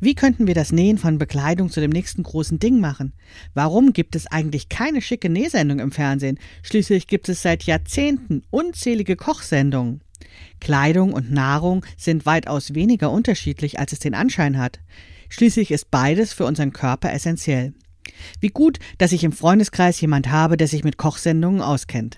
Wie könnten wir das Nähen von Bekleidung zu dem nächsten großen Ding machen? Warum gibt es eigentlich keine schicke Nähsendung im Fernsehen? Schließlich gibt es seit Jahrzehnten unzählige Kochsendungen. Kleidung und Nahrung sind weitaus weniger unterschiedlich, als es den Anschein hat. Schließlich ist beides für unseren Körper essentiell. Wie gut, dass ich im Freundeskreis jemand habe, der sich mit Kochsendungen auskennt.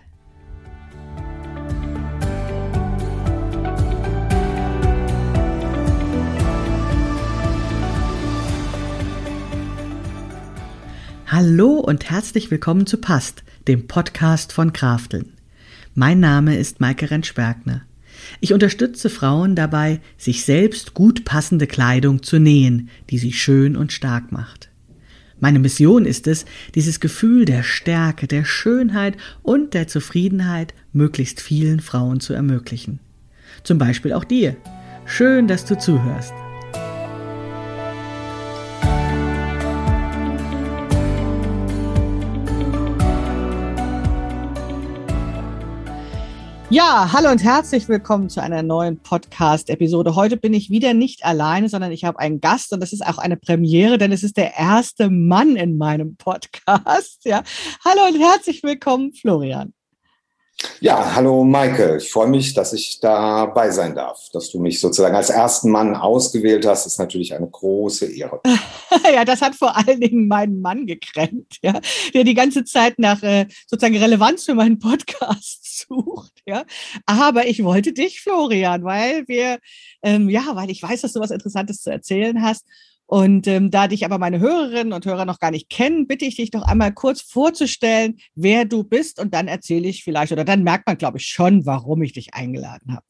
Hallo und herzlich willkommen zu Passt, dem Podcast von Krafteln. Mein Name ist Maike Rentsch-Bergner. Ich unterstütze Frauen dabei, sich selbst gut passende Kleidung zu nähen, die sie schön und stark macht. Meine Mission ist es, dieses Gefühl der Stärke, der Schönheit und der Zufriedenheit möglichst vielen Frauen zu ermöglichen. Zum Beispiel auch dir. Schön, dass du zuhörst. Ja, hallo und herzlich willkommen zu einer neuen Podcast-Episode. Heute bin ich wieder nicht alleine, sondern ich habe einen Gast und das ist auch eine Premiere, denn es ist der erste Mann in meinem Podcast. Ja, hallo und herzlich willkommen, Florian. Ja, hallo Maike. Ich freue mich, dass ich dabei sein darf. Dass du mich sozusagen als ersten Mann ausgewählt hast, ist natürlich eine große Ehre. Ja, das hat vor allen Dingen meinen Mann gekränkt, ja, der die ganze Zeit nach sozusagen Relevanz für meinen Podcast sucht. Ja. Aber ich wollte dich, Florian, weil weil ich weiß, dass du was Interessantes zu erzählen hast. Und da dich aber meine Hörerinnen und Hörer noch gar nicht kennen, bitte ich dich doch einmal kurz vorzustellen, wer du bist. Und dann erzähle ich vielleicht, oder dann merkt man, glaube ich, schon, warum ich dich eingeladen habe.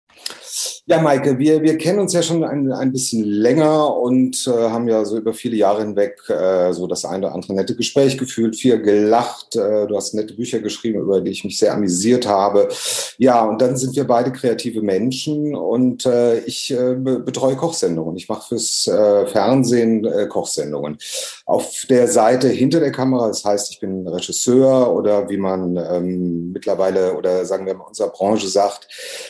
Ja, Maike, wir kennen uns ja schon ein bisschen länger und haben ja so über viele Jahre hinweg so das eine oder andere nette Gespräch gefühlt, viel gelacht. Du hast nette Bücher geschrieben, über die ich mich sehr amüsiert habe. Ja, und dann sind wir beide kreative Menschen und ich betreue Kochsendungen. Ich mache fürs Fernsehen Kochsendungen. Auf der Seite hinter der Kamera, das heißt, ich bin Regisseur oder wie man mittlerweile oder sagen wir mal in unserer Branche sagt,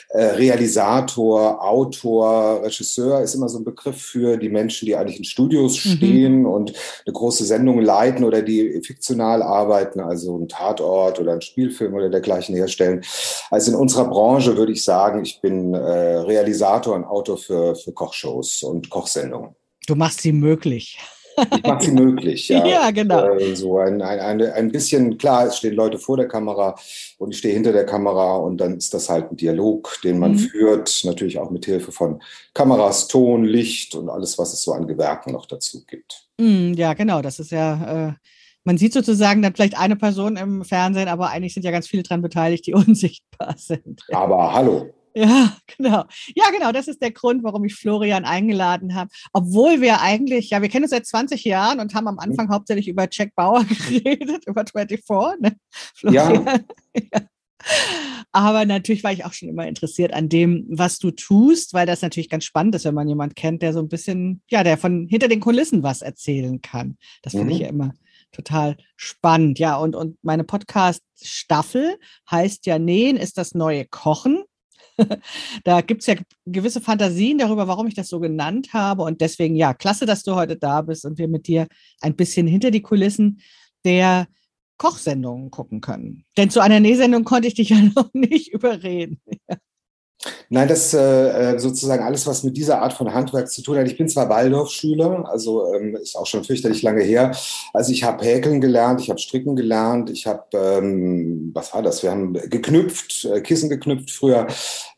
Realisator, Autor, Regisseur ist immer so ein Begriff für die Menschen, die eigentlich in Studios stehen und eine große Sendung leiten oder die fiktional arbeiten, also einen Tatort oder einen Spielfilm oder dergleichen herstellen. Also in unserer Branche würde ich sagen, ich bin Realisator und Autor für Kochshows und Kochsendungen. Du machst sie möglich. Ich mache sie möglich, ja. Ja, genau. So ein bisschen, klar, es stehen Leute vor der Kamera und ich stehe hinter der Kamera und dann ist das halt ein Dialog, den man führt, natürlich auch mit Hilfe von Kameras, Ton, Licht und alles, was es so an Gewerken noch dazu gibt. Ja, genau, das ist ja, man sieht sozusagen dann vielleicht eine Person im Fernsehen, aber eigentlich sind ja ganz viele dran beteiligt, die unsichtbar sind. Ja. Aber hallo. Ja, genau. Ja, genau. Das ist der Grund, warum ich Florian eingeladen habe. Obwohl wir eigentlich, ja, wir kennen uns seit 20 Jahren und haben am Anfang hauptsächlich über Jack Bauer geredet, über 24, ne? Florian. Ja. Ja. Aber natürlich war ich auch schon immer interessiert an dem, was du tust, weil das natürlich ganz spannend ist, wenn man jemanden kennt, der so ein bisschen, ja, der von hinter den Kulissen was erzählen kann. Das finde ich ja immer total spannend. Ja, und meine Podcast-Staffel heißt ja Nähen ist das neue Kochen. Da gibt es ja gewisse Fantasien darüber, warum ich das so genannt habe. Und deswegen, ja, klasse, dass du heute da bist und wir mit dir ein bisschen hinter die Kulissen der Kochsendungen gucken können. Denn zu einer Nähsendung konnte ich dich ja noch nicht überreden. Ja. Nein, das sozusagen alles, was mit dieser Art von Handwerk zu tun hat. Ich bin zwar Waldorfschüler, also ist auch schon fürchterlich lange her. Also ich habe Häkeln gelernt, ich habe Stricken gelernt, ich habe, was war das? Wir haben geknüpft, Kissen geknüpft früher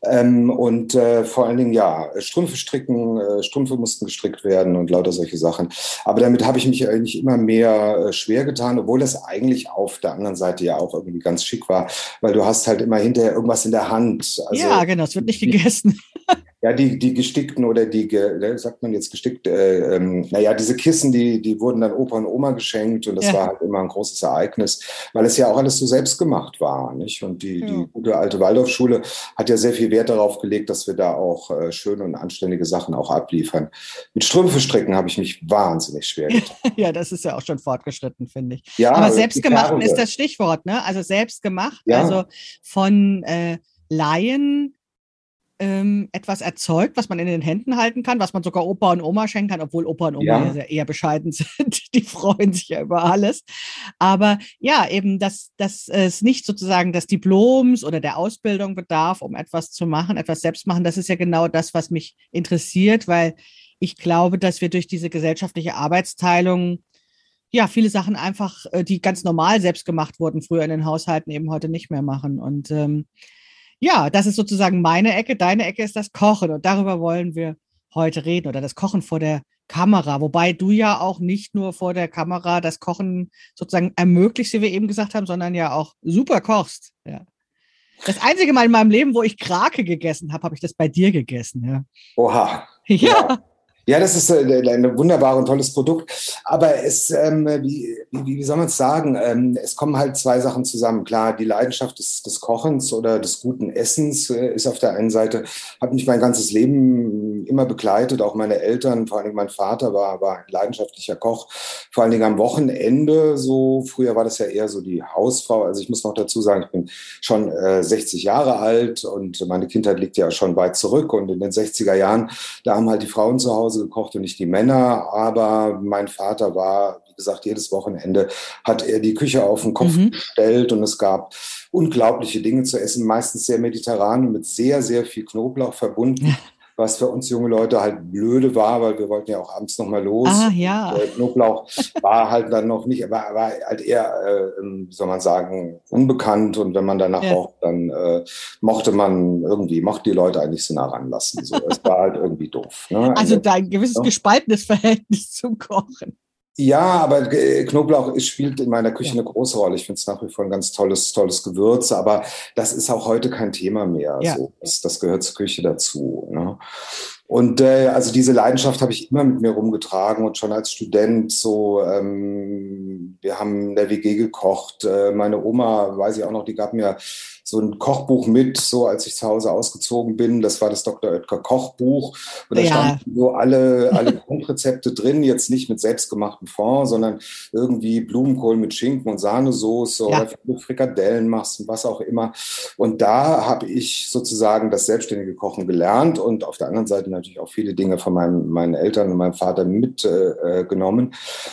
und vor allen Dingen, ja, Strümpfe stricken, Strümpfe mussten gestrickt werden und lauter solche Sachen. Aber damit habe ich mich eigentlich immer mehr schwer getan, obwohl das eigentlich auf der anderen Seite ja auch irgendwie ganz schick war, weil du hast halt immer hinterher irgendwas in der Hand. Also, ja, genau, es wird nicht gegessen. Ja, die gestickten oder sagt man jetzt gestickt, diese Kissen, die wurden dann Opa und Oma geschenkt und das war halt immer ein großes Ereignis, weil es ja auch alles so selbst gemacht war, nicht? Und die gute alte Waldorfschule hat ja sehr viel Wert darauf gelegt, dass wir da auch schöne und anständige Sachen auch abliefern. Mit Strümpfe stricken habe ich mich wahnsinnig schwer getan. Ja, das ist ja auch schon fortgeschritten, finde ich. Ja, aber selbstgemacht ist das Stichwort, ne? Also selbstgemacht, also von Laien etwas erzeugt, was man in den Händen halten kann, was man sogar Opa und Oma schenken kann, obwohl Opa und Oma ja eher bescheiden sind. Die freuen sich ja über alles. Aber ja, eben, dass es nicht sozusagen des Diploms oder der Ausbildung bedarf, um etwas zu machen, etwas selbst machen. Das ist ja genau das, was mich interessiert, weil ich glaube, dass wir durch diese gesellschaftliche Arbeitsteilung ja viele Sachen einfach, die ganz normal selbst gemacht wurden, früher in den Haushalten, eben heute nicht mehr machen. Und ja, das ist sozusagen meine Ecke. Deine Ecke ist das Kochen. Und darüber wollen wir heute reden oder das Kochen vor der Kamera. Wobei du ja auch nicht nur vor der Kamera das Kochen sozusagen ermöglicht, wie wir eben gesagt haben, sondern ja auch super kochst. Ja. Das einzige Mal in meinem Leben, wo ich Krake gegessen habe, habe ich das bei dir gegessen. Ja. Oha. Ja. Ja, das ist ein wunderbares und tolles Produkt. Aber wie soll man es sagen? Es kommen halt zwei Sachen zusammen. Klar, die Leidenschaft des Kochens oder des guten Essens ist auf der einen Seite, hat mich mein ganzes Leben immer begleitet. Auch meine Eltern, vor allen Dingen mein Vater war ein leidenschaftlicher Koch. Vor allen Dingen am Wochenende so. Früher war das ja eher so die Hausfrau. Also ich muss noch dazu sagen, ich bin schon 60 Jahre alt und meine Kindheit liegt ja schon weit zurück. Und in den 60er Jahren, da haben halt die Frauen zu Hause gekocht und nicht die Männer, aber mein Vater war, wie gesagt, jedes Wochenende hat er die Küche auf den Kopf gestellt und es gab unglaubliche Dinge zu essen, meistens sehr mediterran und mit sehr, sehr viel Knoblauch verbunden. Was für uns junge Leute halt blöde war, weil wir wollten ja auch abends noch mal los. Ah, ja. Und, Knoblauch war halt dann noch nicht, war halt eher, wie soll man sagen, unbekannt. Und wenn man danach roch, dann mochte die Leute eigentlich so nah ranlassen. So, es war halt irgendwie doof. Ne? Also dein gewisses gespaltenes Verhältnis zum Kochen. Ja, aber Knoblauch spielt in meiner Küche eine große Rolle. Ich finde es nach wie vor ein ganz tolles Gewürz, aber das ist auch heute kein Thema mehr. Ja. So, das gehört zur Küche dazu. Ne? Und also diese Leidenschaft habe ich immer mit mir rumgetragen und schon als Student so, wir haben in der WG gekocht. Meine Oma, weiß ich auch noch, die gab mir so ein Kochbuch mit, so als ich zu Hause ausgezogen bin. Das war das Dr. Oetker Kochbuch. Und da standen so alle Grundrezepte drin, jetzt nicht mit selbstgemachtem Fond, sondern irgendwie Blumenkohl mit Schinken und Sahnesoße oder wenn du Frikadellen machst und was auch immer. Und da habe ich sozusagen das selbstständige Kochen gelernt und auf der anderen Seite natürlich auch viele Dinge von meinen Eltern und meinem Vater mitgenommen.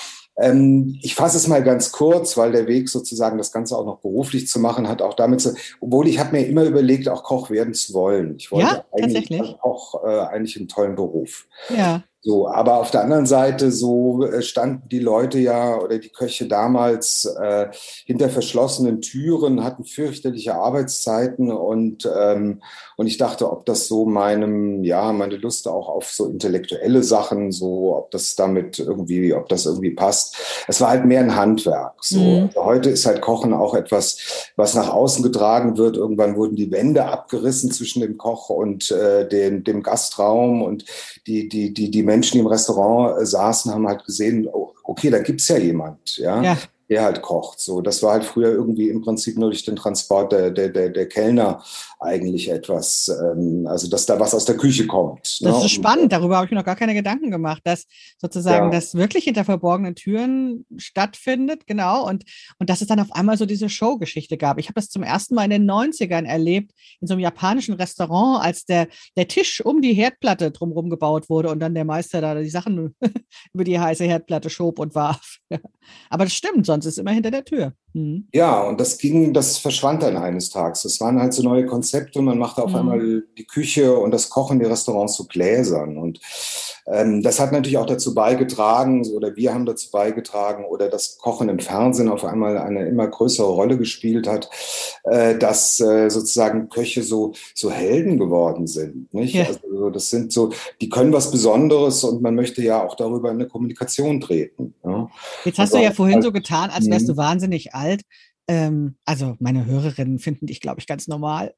Ich fasse es mal ganz kurz, weil der Weg sozusagen das Ganze auch noch beruflich zu machen hat, auch damit obwohl ich habe mir immer überlegt, auch Koch werden zu wollen. Ich wollte eigentlich auch eigentlich einen tollen Beruf. Ja. So, aber auf der anderen Seite so standen die Leute ja oder die Köche damals hinter verschlossenen Türen, hatten fürchterliche Arbeitszeiten und ich dachte, ob das so meine Lust auch auf so intellektuelle Sachen, so ob das irgendwie passt. Es war halt mehr ein Handwerk. So. Also heute ist halt Kochen auch etwas, was nach außen getragen wird. Irgendwann wurden die Wände abgerissen zwischen dem Koch und dem Gastraum und die Menschen, die im Restaurant saßen, haben halt gesehen, okay, da gibt's ja jemand, der halt kocht. So, das war halt früher irgendwie im Prinzip nur durch den Transport der Kellner eigentlich etwas, also dass da was aus der Küche kommt. Das ist spannend, darüber habe ich mir noch gar keine Gedanken gemacht, dass sozusagen das wirklich hinter verborgenen Türen stattfindet, genau, und dass es dann auf einmal so diese Showgeschichte gab. Ich habe das zum ersten Mal in den 90ern erlebt, in so einem japanischen Restaurant, als der Tisch um die Herdplatte drumherum gebaut wurde und dann der Meister da die Sachen über die heiße Herdplatte schob und warf. Aber das stimmt, sonst ist es immer hinter der Tür. Ja, und das verschwand dann eines Tages. Das waren halt so neue Konzepte. Man machte auf einmal die Küche und das Kochen der Restaurants zu Gläsern. Und das hat natürlich auch dazu beigetragen, oder wir haben dazu beigetragen, oder das Kochen im Fernsehen auf einmal eine immer größere Rolle gespielt hat, dass sozusagen Köche so Helden geworden sind. Nicht? Ja. Also das sind so, die können was Besonderes und man möchte ja auch darüber in eine Kommunikation treten. Ja? Jetzt hast du ja vorhin so getan, als wärst du wahnsinnig alt. Also meine Hörerinnen finden dich, glaube ich, ganz normal.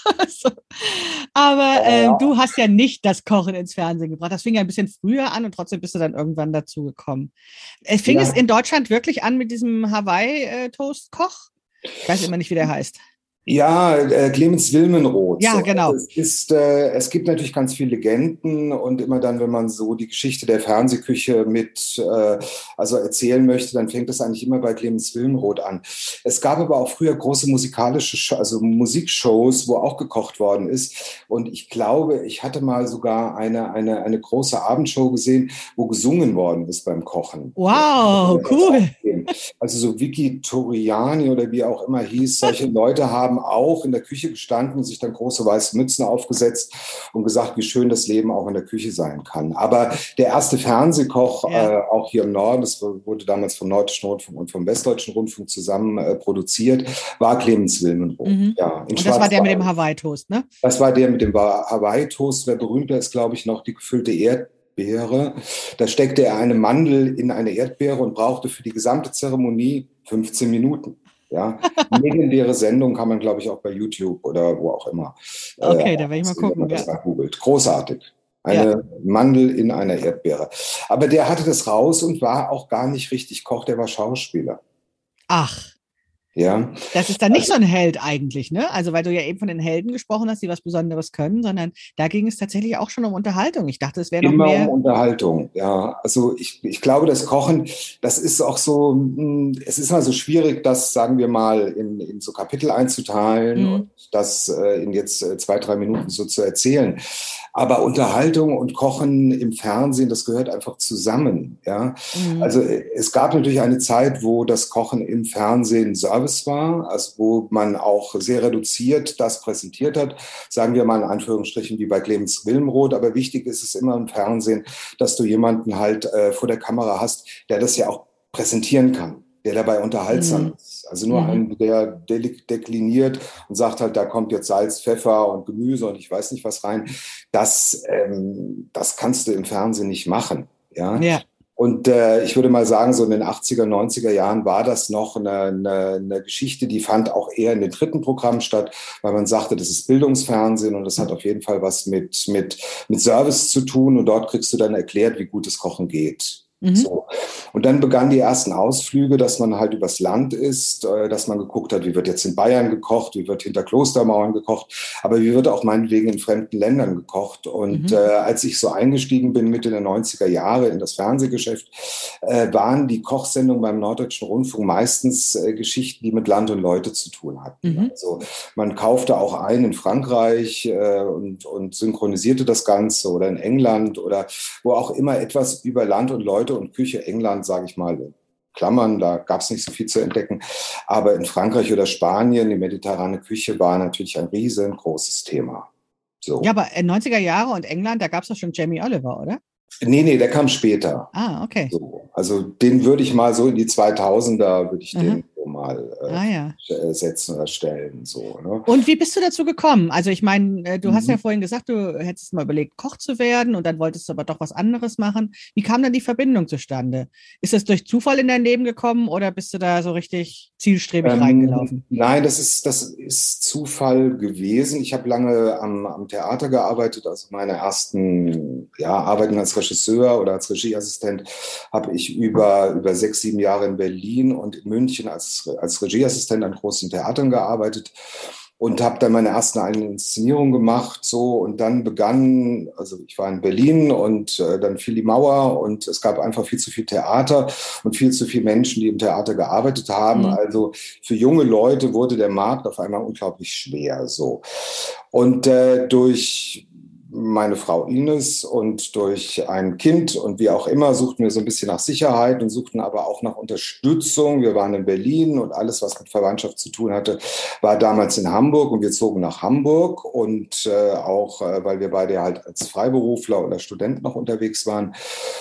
Aber du hast ja nicht das Kochen ins Fernsehen gebracht. Das fing ja ein bisschen früher an und trotzdem bist du dann irgendwann dazu gekommen. Fing es in Deutschland wirklich an mit diesem Hawaii-Toast-Koch? Ich weiß immer nicht, wie der heißt. Ja, Clemens Wilmenroth. Ja, So. Also genau. es gibt natürlich ganz viele Legenden und immer dann, wenn man so die Geschichte der Fernsehküche also erzählen möchte, dann fängt das eigentlich immer bei Clemens Wilmenroth an. Es gab aber auch früher große also Musikshows, wo auch gekocht worden ist. Und ich glaube, ich hatte mal sogar eine große Abendshow gesehen, wo gesungen worden ist beim Kochen. Wow, cool. Also so Vicky Toriani oder wie auch immer hieß, solche Leute haben auch in der Küche gestanden und sich dann große weiße Mützen aufgesetzt und gesagt, wie schön das Leben auch in der Küche sein kann. Aber der erste Fernsehkoch, Ja. auch hier im Norden, das wurde damals vom Norddeutschen Rundfunk und vom Westdeutschen Rundfunk zusammen produziert, war Clemens Wilmenroth. Mhm. Ja, in Und das war der mit dem Schwarz-Weiß. Hawaii-Toast, ne? Das war der mit dem Hawaii-Toast. Wer berühmter ist, glaube ich, noch die gefüllte Erdbeere. Da steckte er eine Mandel in eine Erdbeere und brauchte für die gesamte Zeremonie 15 Minuten. Ja, legendäre Sendung kann man, glaube ich, auch bei YouTube oder wo auch immer, Okay, da werde ich mal wenn man gucken, das ja. mal googelt. Großartig. Ja. Eine Mandel in einer Erdbeere. Aber der hatte das raus und war auch gar nicht richtig Koch, der war Schauspieler. Ach, Ja, das ist dann nicht so also ein Held eigentlich, ne? Also, weil du ja eben von den Helden gesprochen hast, die was Besonderes können, sondern da ging es tatsächlich auch schon um Unterhaltung. Ich dachte, es wäre noch immer um mehr. Unterhaltung, ja. Also ich glaube, das Kochen, das ist auch so, es ist mal so schwierig, das, sagen wir mal, in so Kapitel einzuteilen und Mhm. das in jetzt 2, 3 Minuten so zu erzählen. Aber Unterhaltung und Kochen im Fernsehen, das gehört einfach zusammen, ja. Mhm. Also es gab natürlich eine Zeit, wo das Kochen im Fernsehen Service war, also wo man auch sehr reduziert das präsentiert hat, sagen wir mal in Anführungsstrichen wie bei Clemens Wilmenroth. Aber wichtig ist es immer im Fernsehen, dass du jemanden halt vor der Kamera hast, der das ja auch präsentieren kann, der dabei unterhaltsam Mhm. ist. Also nur Mhm. einen, der dekliniert und sagt halt, da kommt jetzt Salz, Pfeffer und Gemüse und ich weiß nicht was rein. Das kannst du im Fernsehen nicht machen. Ja, Ja. und ich würde mal sagen, so in den 80er, 90er Jahren war das noch eine Geschichte, die fand auch eher in den dritten Programmen statt, weil man sagte, das ist Bildungsfernsehen und das hat auf jeden Fall was mit Service zu tun und dort kriegst du dann erklärt, wie gut das Kochen geht. Mhm. So. Und dann begannen die ersten Ausflüge, dass man halt übers Land ist, dass man geguckt hat, wie wird jetzt in Bayern gekocht, wie wird hinter Klostermauern gekocht, aber wie wird auch meinetwegen in fremden Ländern gekocht. Und Mhm. als ich so eingestiegen bin, Mitte der 90er Jahre in das Fernsehgeschäft, waren die Kochsendungen beim Norddeutschen Rundfunk meistens Geschichten, die mit Land und Leute zu tun hatten. Mhm. Also man kaufte auch ein in Frankreich und synchronisierte das Ganze oder in England oder wo auch immer etwas über Land und Leute und Küche England, sage ich mal, Klammern, da gab es nicht so viel zu entdecken. Aber in Frankreich oder Spanien, die mediterrane Küche war natürlich ein riesengroßes Thema. Ja, So. aber 90er Jahre und England, da gab es doch schon Jamie Oliver, oder? Nee, der kam später. Ah, okay. So, also den würde ich mal so in die 2000er, würde ich Aha. den so mal Ah ja. setzen oder stellen. So, ne? Und wie bist du dazu gekommen? Also ich meine, du hast ja Mhm. vorhin gesagt, du hättest mal überlegt, Koch zu werden und dann wolltest du aber doch was anderes machen. Wie kam dann die Verbindung zustande? Ist das durch Zufall in dein Leben gekommen oder bist du da so richtig zielstrebig reingelaufen? Nein, das ist Zufall gewesen. Ich habe lange am Theater gearbeitet, also meine ersten Arbeiten als Regisseur oder als Regieassistent habe ich über 6, 7 Jahre in Berlin und in München als Regieassistent an großen Theatern gearbeitet und habe dann meine ersten eigenen Inszenierungen gemacht, so und dann begann, also ich war in Berlin und dann fiel die Mauer und es gab einfach viel zu viel Theater und viel zu viele Menschen, die im Theater gearbeitet haben. Mhm. Also für junge Leute wurde der Markt auf einmal unglaublich schwer, so. Und durch meine Frau Ines und durch ein Kind und wie auch immer suchten wir so ein bisschen nach Sicherheit und suchten aber auch nach Unterstützung. Wir waren in Berlin und alles, was mit Verwandtschaft zu tun hatte, war damals in Hamburg und wir zogen nach Hamburg und weil wir beide halt als Freiberufler oder Studenten noch unterwegs waren.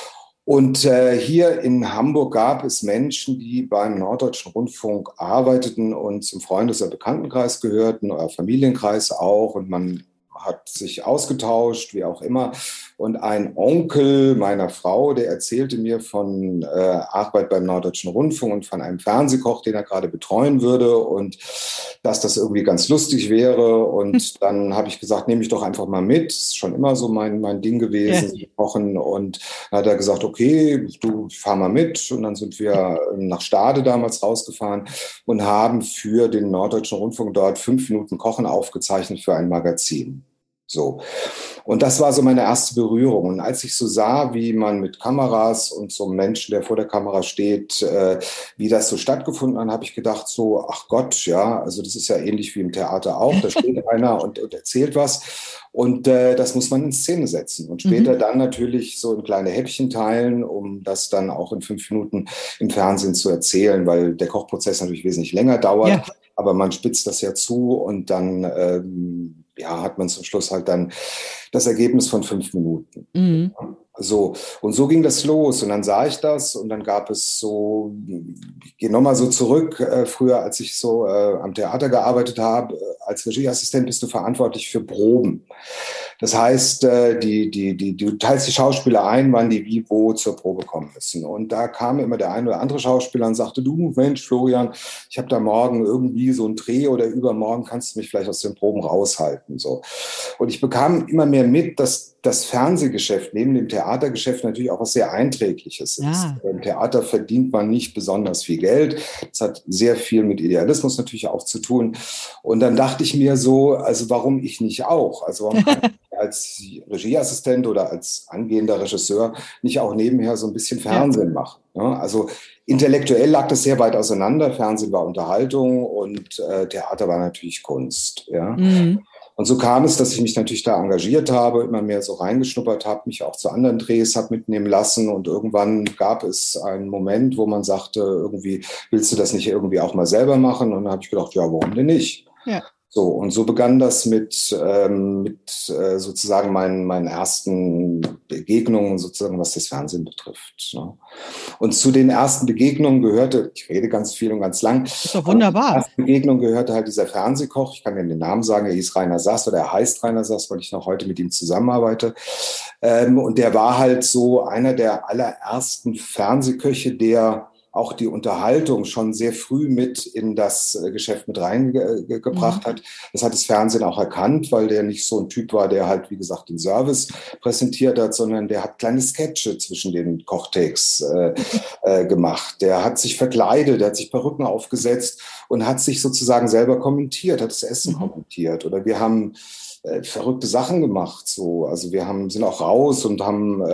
Und hier in Hamburg gab es Menschen, die beim Norddeutschen Rundfunk arbeiteten und zum Freundes- oder Bekanntenkreis gehörten oder Familienkreis auch. Und man hat sich ausgetauscht, wie auch immer. Und ein Onkel meiner Frau, der erzählte mir von Arbeit beim Norddeutschen Rundfunk und von einem Fernsehkoch, den er gerade betreuen würde und dass das irgendwie ganz lustig wäre. Und dann habe ich gesagt, nehme ich doch einfach mal mit. Das ist schon immer so mein Ding gewesen, Ja. kochen. Und dann hat er gesagt, okay, du fahr mal mit. Und dann sind wir nach Stade damals rausgefahren und haben für den Norddeutschen Rundfunk dort 5 Minuten Kochen aufgezeichnet für ein Magazin. So. Und das war so meine erste Berührung. Und als ich so sah, wie man mit Kameras und so einem Menschen, der vor der Kamera steht, wie das so stattgefunden hat, habe ich gedacht so, ach Gott, ja, also das ist ja ähnlich wie im Theater auch. Da steht einer und erzählt was. Und das muss man in Szene setzen. Und später dann natürlich so in kleine Häppchen teilen, um das dann auch in 5 Minuten im Fernsehen zu erzählen, weil der Kochprozess natürlich wesentlich länger dauert. Ja. Aber man spitzt das ja zu und dann hat man zum Schluss halt dann das Ergebnis von 5 Minuten. Mhm. So, und so ging das los. Und dann sah ich das und dann gab es so, ich gehe nochmal so zurück, früher, als ich so am Theater gearbeitet habe, als Regieassistent bist du verantwortlich für Proben. Das heißt, du teilst die Schauspieler ein, wann die wie wo zur Probe kommen müssen. Und da kam immer der ein oder andere Schauspieler und sagte, du Mensch, Florian, ich habe da morgen irgendwie so einen Dreh oder übermorgen kannst du mich vielleicht aus den Proben raushalten. So. Und ich bekam immer mehr mit, dass das Fernsehgeschäft neben dem Theatergeschäft natürlich auch was sehr Einträgliches ist. Ja. Im Theater verdient man nicht besonders viel Geld. Das hat sehr viel mit Idealismus natürlich auch zu tun. Und dann dachte ich mir so, also warum ich nicht auch? Also warum kann ich als Regieassistent oder als angehender Regisseur nicht auch nebenher so ein bisschen Fernsehen machen? Ja, also intellektuell lag das sehr weit auseinander. Fernsehen war Unterhaltung und Theater war natürlich Kunst. Ja. Mhm. Und so kam es, dass ich mich natürlich da engagiert habe, immer mehr so reingeschnuppert habe, mich auch zu anderen Drehs habe mitnehmen lassen. Und irgendwann gab es einen Moment, wo man sagte, irgendwie, willst du das nicht irgendwie auch mal selber machen? Und dann habe ich gedacht, ja, warum denn nicht? Ja. So, und so begann das mit sozusagen meinen ersten Begegnungen, sozusagen, was das Fernsehen betrifft. Ne? Und zu den ersten Begegnungen gehörte, ich rede ganz viel und ganz lang. Das ist doch wunderbar. Zu den ersten Begegnungen gehörte halt dieser Fernsehkoch. Ich kann mir den Namen sagen, er hieß Rainer Sass oder er heißt Rainer Sass, weil ich noch heute mit ihm zusammenarbeite. Und der war halt so einer der allerersten Fernsehköche, der auch die Unterhaltung schon sehr früh mit in das Geschäft mit reingebracht hat. Das hat das Fernsehen auch erkannt, weil der nicht so ein Typ war, der halt, wie gesagt, den Service präsentiert hat, sondern der hat kleine Sketche zwischen den Kochtakes gemacht. Der hat sich verkleidet, der hat sich Perücken aufgesetzt und hat sich sozusagen selber kommentiert, hat das Essen kommentiert. Oder wir haben verrückte Sachen gemacht. So. Also wir sind auch raus und haben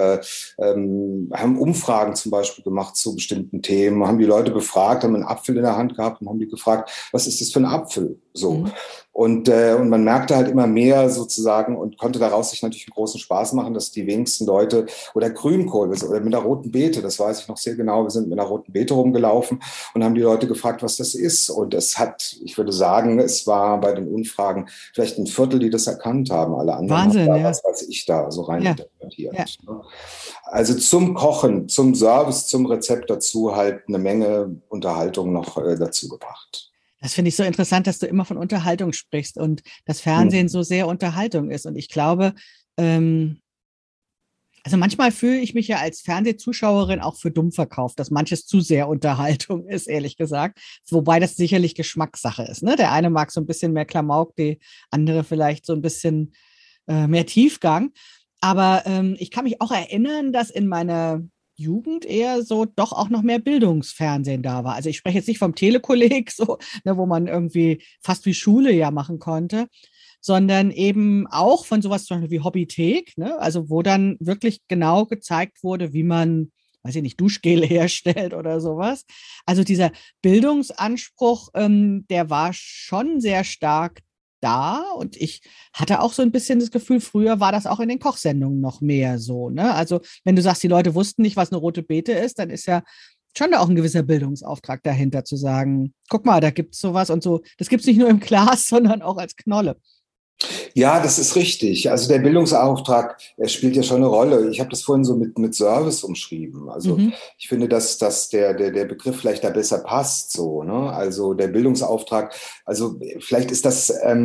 Umfragen zum Beispiel gemacht zu bestimmten Themen, haben die Leute befragt, haben einen Apfel in der Hand gehabt und haben die gefragt, was ist das für ein Apfel? So. Mhm. Und man merkte halt immer mehr sozusagen und konnte daraus sich natürlich einen großen Spaß machen, dass die wenigsten Leute oder Grünkohl oder mit einer roten Beete, das weiß ich noch sehr genau, wir sind mit einer roten Beete rumgelaufen und haben die Leute gefragt, was das ist. Und es hat, ich würde sagen, es war bei den Umfragen vielleicht ein Viertel, die das erkannt haben. Alle anderen Wahnsinn, haben da, ja. was weiß ich, da so rein interpretiert. Ja. Also zum Kochen, zum Service, zum Rezept dazu halt eine Menge Unterhaltung noch dazu gebracht. Das finde ich so interessant, dass du immer von Unterhaltung sprichst und das Fernsehen so sehr Unterhaltung ist. Und ich glaube, also manchmal fühle ich mich ja als Fernsehzuschauerin auch für dumm verkauft, dass manches zu sehr Unterhaltung ist, ehrlich gesagt. Wobei das sicherlich Geschmackssache ist. Ne? Der eine mag so ein bisschen mehr Klamauk, die andere vielleicht so ein bisschen mehr Tiefgang. Aber ich kann mich auch erinnern, dass in meiner Jugend eher so doch auch noch mehr Bildungsfernsehen da war. Also ich spreche jetzt nicht vom Telekolleg, so, ne, wo man irgendwie fast wie Schule ja machen konnte, sondern eben auch von sowas zum Beispiel wie Hobbythek, ne, also wo dann wirklich genau gezeigt wurde, wie man, weiß ich nicht, Duschgel herstellt oder sowas. Also dieser Bildungsanspruch, der war schon sehr stark da und ich hatte auch so ein bisschen das Gefühl, früher war das auch in den Kochsendungen noch mehr so, ne? Also wenn du sagst, die Leute wussten nicht, was eine rote Beete ist, dann ist ja schon da auch ein gewisser Bildungsauftrag dahinter zu sagen, guck mal, da gibt's sowas und so, das gibt's nicht nur im Glas, sondern auch als Knolle. Ja, das ist richtig. Also der Bildungsauftrag, er spielt ja schon eine Rolle. Ich habe das vorhin so mit Service umschrieben. Also ich finde, dass der Begriff vielleicht da besser passt. So, ne? Also der Bildungsauftrag, also vielleicht ist das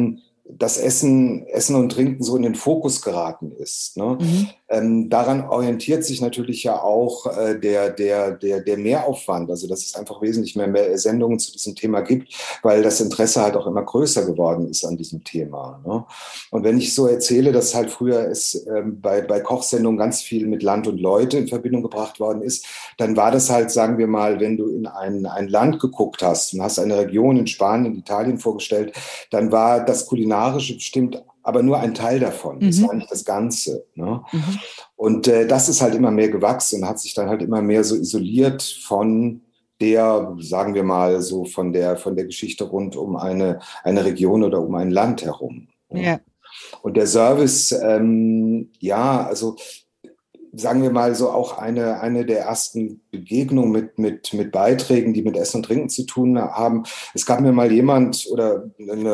das Essen und Trinken so in den Fokus geraten ist. Ne? Mhm. Daran orientiert sich natürlich ja auch der Mehraufwand, also dass es einfach wesentlich mehr Sendungen zu diesem Thema gibt, weil das Interesse halt auch immer größer geworden ist an diesem Thema. Ne? Und wenn ich so erzähle, dass halt früher es bei Kochsendungen ganz viel mit Land und Leute in Verbindung gebracht worden ist, dann war das halt, sagen wir mal, wenn du in ein Land geguckt hast und hast eine Region in Spanien, Italien vorgestellt, dann war das Kulinarische bestimmt aber nur ein Teil davon. Es war Mhm. nicht das Ganze. Ne? Mhm. Und das ist halt immer mehr gewachsen und hat sich dann halt immer mehr so isoliert von der, sagen wir mal, so von der Geschichte rund um eine Region oder um ein Land herum. Ja. Ja. Und der Service, ja, also sagen wir mal so auch eine der ersten Begegnungen mit Beiträgen, die mit Essen und Trinken zu tun haben. Es gab mir mal jemand oder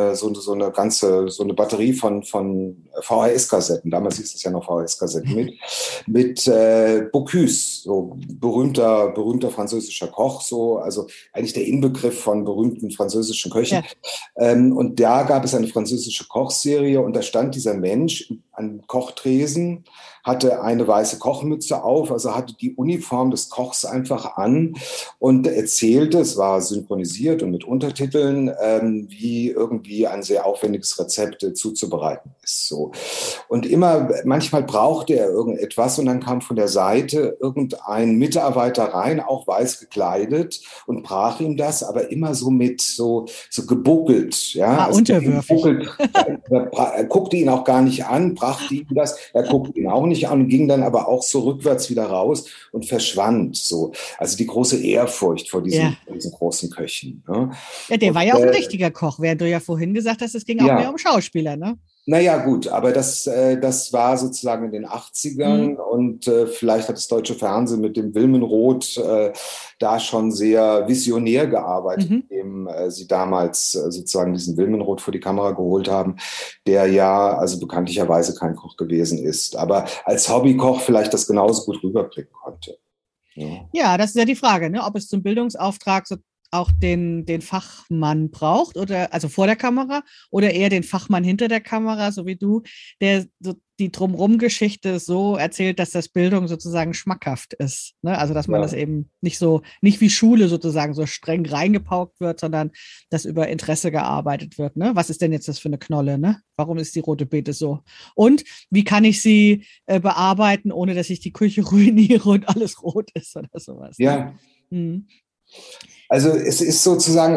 so eine Batterie von VHS-Kassetten, damals hieß es ja noch VHS-Kassetten, mit Bocuse, so berühmter französischer Koch, so, also eigentlich der Inbegriff von berühmten französischen Köchen. Ja. Und da gab es eine französische Kochserie und da stand dieser Mensch an Kochtresen, hatte eine weiße Kochmütze auf, also hatte die Uniform des Kochs einfach an und erzählte, es war synchronisiert und mit Untertiteln, wie irgendwie ein sehr aufwendiges Rezept zuzubereiten ist. So. Und manchmal brauchte er irgendetwas und dann kam von der Seite irgendein Mitarbeiter rein, auch weiß gekleidet und brach ihm das, aber immer so so gebuckelt, ja, War also unterwürfig. gebuckelt. Er guckte ihn auch gar nicht an, brachte ihm das, er guckte ihn auch nicht an und ging dann aber auch so rückwärts wieder raus und verschwand so. Also die große Ehrfurcht vor Ja. diesen großen Köchen. Ne? Ja, der Und, war ja auch ein richtiger Koch, während du ja vorhin gesagt hast, es ging auch mehr ja, um Schauspieler, ne? naja, gut, aber das war sozusagen in den 80ern Mhm. und vielleicht hat das deutsche Fernsehen mit dem Wilmenrod da schon sehr visionär gearbeitet, Mhm. indem sie damals sozusagen diesen Wilmenrod vor die Kamera geholt haben, der ja also bekanntlicherweise kein Koch gewesen ist, aber als Hobbykoch vielleicht das genauso gut rüberbringen konnte. Ja. Ja, das ist ja die Frage, ne? Ob es zum Bildungsauftrag so auch den Fachmann braucht oder also vor der Kamera oder eher den Fachmann hinter der Kamera, so wie du, der so die Drumrum-Geschichte so erzählt, dass das Bildung sozusagen schmackhaft ist. Ne? Also dass man das Ja. eben nicht wie Schule sozusagen so streng reingepaukt wird, sondern dass über Interesse gearbeitet wird. Ne? Was ist denn jetzt das für eine Knolle? Ne? Warum ist die rote Beete so? Und wie kann ich sie bearbeiten, ohne dass ich die Küche ruiniere und alles rot ist oder sowas? Ne? Ja. Mhm. Also es ist sozusagen,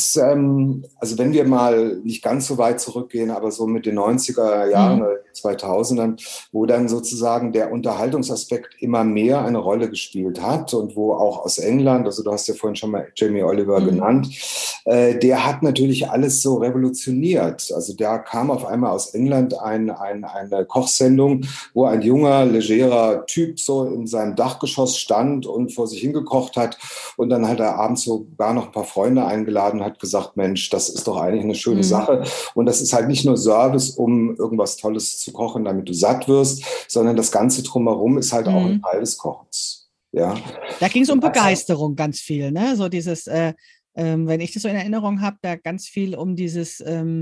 also wenn wir mal nicht ganz so weit zurückgehen, aber so mit den 90er Jahren Mhm. oder 2000ern, wo dann sozusagen der Unterhaltungsaspekt immer mehr eine Rolle gespielt hat und wo auch aus England, also du hast ja vorhin schon mal Jamie Oliver Mhm. genannt, der hat natürlich alles so revolutioniert. Also da kam auf einmal aus England eine Kochsendung, wo ein junger, legerer Typ so in seinem Dachgeschoss stand und vor sich hingekocht hat und dann hat er abends sogar noch ein paar Freunde eingeladen und hat gesagt, Mensch, das ist doch eigentlich eine schöne Mhm. Sache. Und das ist halt nicht nur Service, um irgendwas Tolles zu kochen, damit du satt wirst, sondern das Ganze drumherum ist halt auch ein Mhm. Teil des Kochens. Ja. Da ging es um Und das, Begeisterung ganz viel, ne? So dieses, wenn ich das so in Erinnerung habe, da ganz viel um dieses,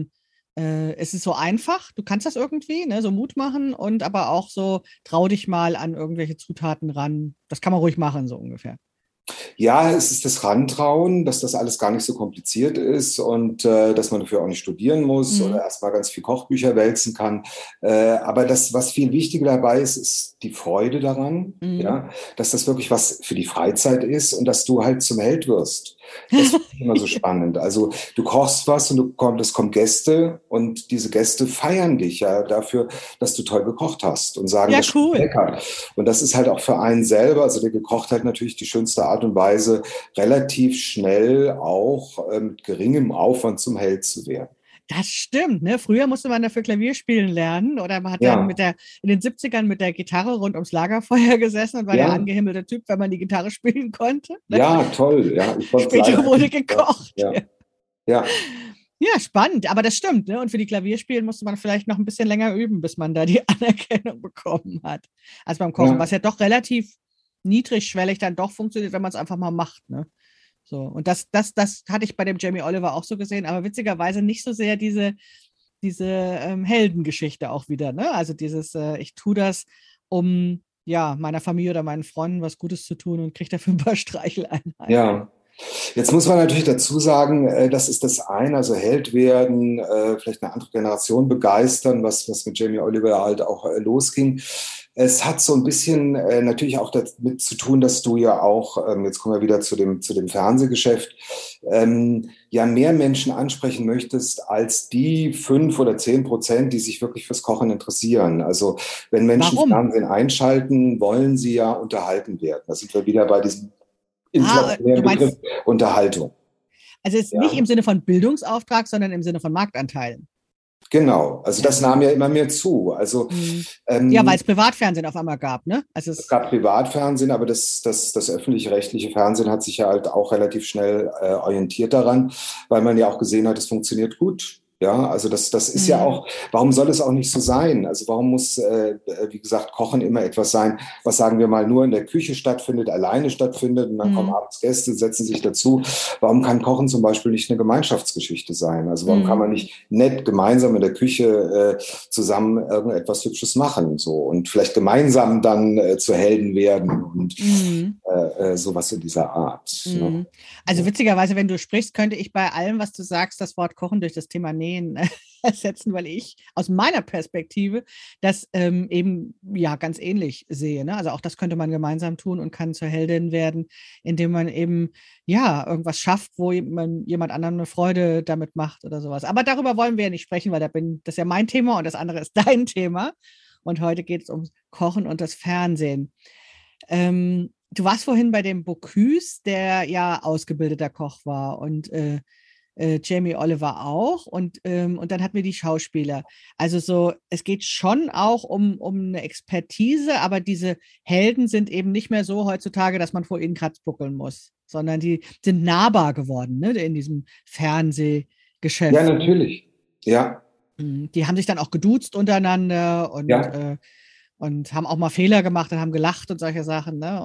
es ist so einfach, du kannst das irgendwie, ne? So Mut machen und aber auch so, trau dich mal an irgendwelche Zutaten ran. Das kann man ruhig machen, so ungefähr. ja, es ist das Rantrauen, dass das alles gar nicht so kompliziert ist und dass man dafür auch nicht studieren muss oder Mhm. erstmal ganz viel Kochbücher wälzen kann. Aber das, was viel wichtiger dabei ist, ist die Freude daran, Mhm. ja, dass das wirklich was für die Freizeit ist und dass du halt zum Held wirst. Das finde ich immer so spannend. Also du kochst was und es kommen Gäste und diese Gäste feiern dich ja dafür, dass du toll gekocht hast und sagen, Ja, das schmeckt cool. lecker. Und das ist halt auch für einen selber, also der gekocht hat, natürlich die schönste Art und Weise, relativ schnell auch mit geringem Aufwand zum Held zu werden. Das stimmt, ne? Früher musste man dafür Klavier spielen lernen oder man hat dann Ja, in den 70ern mit der Gitarre rund ums Lagerfeuer gesessen und war der ja, angehimmelte Typ, wenn man die Gitarre spielen konnte. Ne? ja, toll. Ja, ich konnte es Später leider wurde nicht. Ja, gekocht. ja, ja, Ja, spannend, aber das stimmt, ne? Und für die Klavierspielen musste man vielleicht noch ein bisschen länger üben, bis man da die Anerkennung bekommen hat, als beim Kochen, was ja. ja doch relativ niedrigschwellig dann doch funktioniert, wenn man es einfach mal macht, ne? So, und das hatte ich bei dem Jamie Oliver auch so gesehen, aber witzigerweise nicht so sehr diese diese Heldengeschichte auch wieder, ne? Also dieses, ich tue das, um ja meiner Familie oder meinen Freunden was Gutes zu tun und kriege dafür ein paar Streicheleinheiten. Ja. Jetzt muss man natürlich dazu sagen, das ist das eine, also Held werden, vielleicht eine andere Generation begeistern, was mit Jamie Oliver halt auch losging. Es hat so ein bisschen natürlich auch damit zu tun, dass du ja auch, jetzt kommen wir wieder zu dem Fernsehgeschäft, ja mehr Menschen ansprechen möchtest als die 5 oder 10%, die sich wirklich fürs Kochen interessieren. Also wenn Menschen Warum? Fernsehen einschalten, wollen sie ja unterhalten werden. Da sind wir wieder bei diesem Du inflationären Begriff meinst, Unterhaltung. also es ist nicht Ja, im Sinne von Bildungsauftrag, sondern im Sinne von Marktanteilen. genau. Also Ja. das nahm ja immer mehr zu. Also Hm. Ja, weil ähm, es Privatfernsehen auf einmal gab, ne? Also es es, gab Privatfernsehen, aber das öffentlich-rechtliche Fernsehen hat sich ja halt auch relativ schnell orientiert daran, weil man ja auch gesehen hat, es funktioniert gut. Ja, also das ist ja hm, auch, warum soll es auch nicht so sein? Also warum muss, wie gesagt, Kochen immer etwas sein, was sagen wir mal nur in der Küche stattfindet, alleine stattfindet und dann kommen hm, abends Gäste, setzen sich dazu. Warum kann Kochen zum Beispiel nicht eine Gemeinschaftsgeschichte sein? Also warum kann hm, man nicht nett gemeinsam in der Küche zusammen irgendetwas Hübsches machen so und vielleicht gemeinsam dann zu Helden werden und hm. sowas in dieser Art. Ne? Mhm. Also witzigerweise, wenn du sprichst, könnte ich bei allem, was du sagst, das Wort Kochen durch das Thema Nähen ersetzen, weil ich aus meiner Perspektive das eben ja ganz ähnlich sehe. Ne? Also auch das könnte man gemeinsam tun und kann zur Heldin werden, indem man eben ja irgendwas schafft, wo man jemand anderem eine Freude damit macht oder sowas. Aber darüber wollen wir ja nicht sprechen, weil das ist ja mein Thema und das andere ist dein Thema. Und heute geht es um Kochen und das Fernsehen. Du warst vorhin bei dem Bocuse, der ja ausgebildeter Koch war und Jamie Oliver auch und dann hatten wir die Schauspieler. Also so, es geht schon auch um eine Expertise, aber diese Helden sind eben nicht mehr so heutzutage, dass man vor ihnen Kratzbuckeln muss, sondern die sind nahbar geworden, ne, in diesem Ja, Fernsehgeschäft. Ne? natürlich. Ja, Die haben sich dann auch geduzt untereinander ja. und haben auch mal Fehler gemacht und haben gelacht und solche Sachen, ne?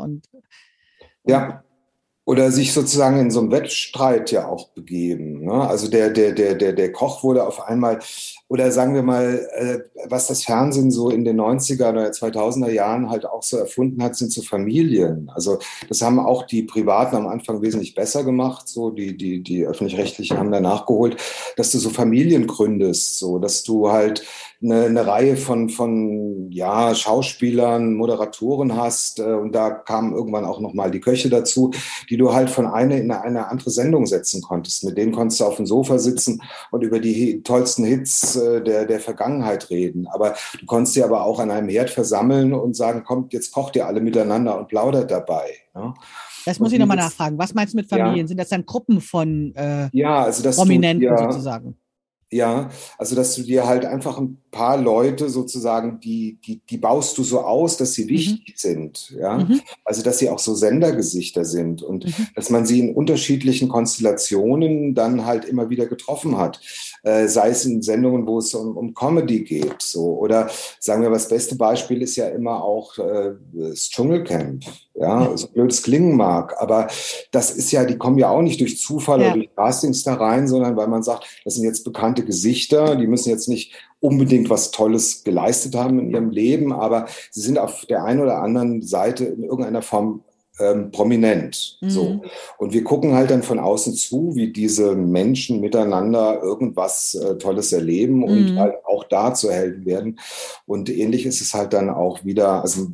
Und Ja, oder sich sozusagen in so einem Wettstreit ja auch begeben. Ne? Also der Koch wurde auf einmal, oder sagen wir mal, was das Fernsehen so in den 90er oder 2000er Jahren halt auch so erfunden hat, sind so Familien. Also das haben auch die Privaten am Anfang wesentlich besser gemacht. So die Öffentlich-Rechtlichen haben da nachgeholt, dass du so Familien gründest, so dass du halt eine Reihe von ja, Schauspielern, Moderatoren hast. Und da kamen irgendwann auch nochmal die Köche dazu, die du halt von einer in eine andere Sendung setzen konntest. Mit denen konntest du auf dem Sofa sitzen und über die tollsten Hits der Vergangenheit reden. Aber du konntest sie aber auch an einem Herd versammeln und sagen, kommt, jetzt kocht ihr alle miteinander und plaudert dabei. Ja? das muss Und ich nochmal dieses, nachfragen. Was meinst du mit Familien? ja, Sind das dann Gruppen von ja, also dass du Prominenten dir sozusagen? ja, also dass du dir halt einfach ein paar Leute sozusagen, die baust du so aus, dass sie Mhm, wichtig sind, ja. mhm, Also dass sie auch so Sendergesichter sind und mhm, dass man sie in unterschiedlichen Konstellationen dann halt immer wieder getroffen hat. Sei es in Sendungen, wo es um Comedy geht, so. Oder sagen wir, das beste Beispiel ist ja immer auch das Dschungelcamp. Ja, so blöd es klingen mag, aber das ist ja, die kommen ja auch nicht durch Zufall oder ja, durch Castings da rein, sondern weil man sagt, das sind jetzt bekannte Gesichter, die müssen jetzt nicht unbedingt was Tolles geleistet haben in ihrem Leben, aber sie sind auf der einen oder anderen Seite in irgendeiner Form prominent. So. mhm, Und wir gucken halt dann von außen zu, wie diese Menschen miteinander irgendwas Tolles erleben und mhm. halt auch da zu Helden werden. Und ähnlich ist es halt dann auch wieder, also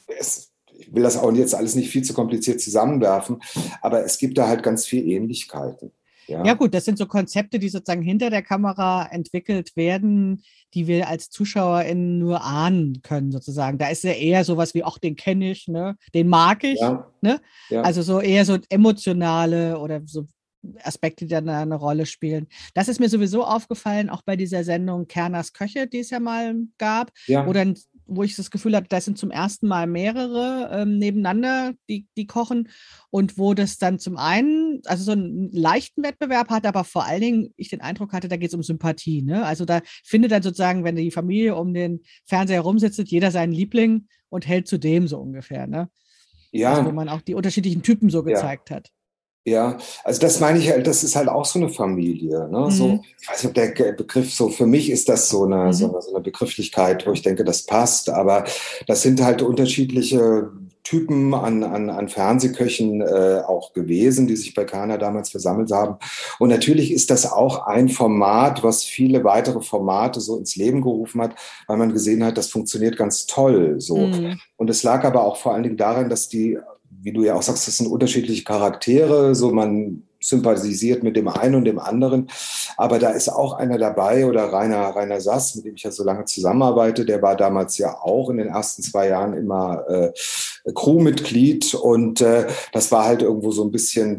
ich will das auch jetzt alles nicht viel zu kompliziert zusammenwerfen, aber es gibt da halt ganz viel Ähnlichkeiten. Ja, Ja, gut, das sind so Konzepte, die sozusagen hinter der Kamera entwickelt werden, die wir als ZuschauerInnen nur ahnen können, sozusagen. Da ist ja eher sowas wie, ach, den kenne ich, ne? Den mag ich, ja, ne? ja, Also so eher so emotionale oder so Aspekte, die dann eine Rolle spielen. Das ist mir sowieso aufgefallen, auch bei dieser Sendung Kerners Köche, die es ja mal gab, wo ja, dann, wo ich das Gefühl hatte, da sind zum ersten Mal mehrere nebeneinander, die kochen und wo das dann zum einen, also so einen leichten Wettbewerb hat, aber vor allen Dingen ich den Eindruck hatte, da geht es um Sympathie. Ne? Also da findet dann sozusagen, wenn die Familie um den Fernseher rumsitzt, jeder seinen Liebling und hält zu dem so ungefähr. Ne? Also wo ja, man auch die unterschiedlichen Typen so ja. gezeigt hat. Ja, also das meine ich halt, das ist halt auch so eine Familie, ne? So, Mhm. ich weiß nicht, ob der Begriff so, für mich ist das so eine, Mhm. so eine Begrifflichkeit, wo ich denke, das passt, aber das sind halt unterschiedliche Typen an Fernsehköchen auch gewesen, die sich bei Kana damals versammelt haben. Und natürlich ist das auch ein Format, was viele weitere Formate so ins Leben gerufen hat, weil man gesehen hat, das funktioniert ganz toll so. Mhm. Und es lag aber auch vor allen Dingen daran, dass die, wie du ja auch sagst, das sind unterschiedliche Charaktere, so man sympathisiert mit dem einen und dem anderen. Aber da ist auch einer dabei, oder Rainer Sass, mit dem ich ja so lange zusammenarbeite, der war damals ja auch in den ersten 2 Jahren immer Crewmitglied und das war halt irgendwo so ein bisschen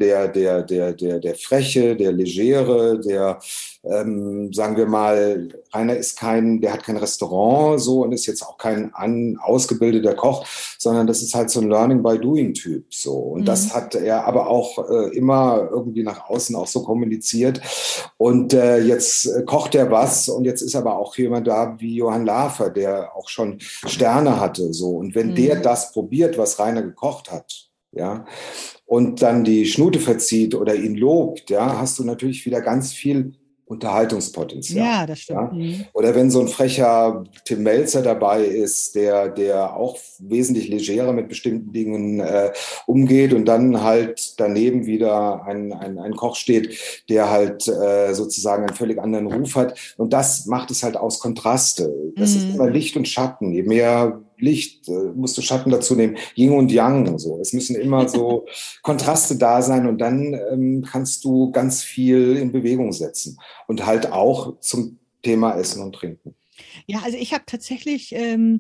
der Freche, der Legere, der sagen wir mal, Rainer ist der hat kein Restaurant so und ist jetzt auch kein ausgebildeter Koch, sondern das ist halt so ein Learning by Doing Typ so. Und das Mhm. hat er aber auch immer irgendwie nach außen auch so kommuniziert. Und jetzt kocht er was und jetzt ist aber auch jemand da wie Johann Lafer, der auch schon Sterne hatte so. Und wenn der Mhm. das probiert, was Rainer gekocht hat, ja, und dann die Schnute verzieht oder ihn lobt, ja, hast du natürlich wieder ganz viel Unterhaltungspotenzial. Ja, das stimmt. Ja? Mhm. Oder wenn so ein frecher Tim Melzer dabei ist, der auch wesentlich legerer mit bestimmten Dingen umgeht und dann halt daneben wieder ein Koch steht, der halt sozusagen einen völlig anderen Ruf hat. Und das macht es halt aus Kontraste. Das ist Mhm. immer Licht und Schatten. Je mehr Licht musst du Schatten dazu nehmen, Yin und Yang. So. Es müssen immer so Kontraste da sein und dann kannst du ganz viel in Bewegung setzen. Und halt auch zum Thema Essen und Trinken. Ja, also ich habe tatsächlich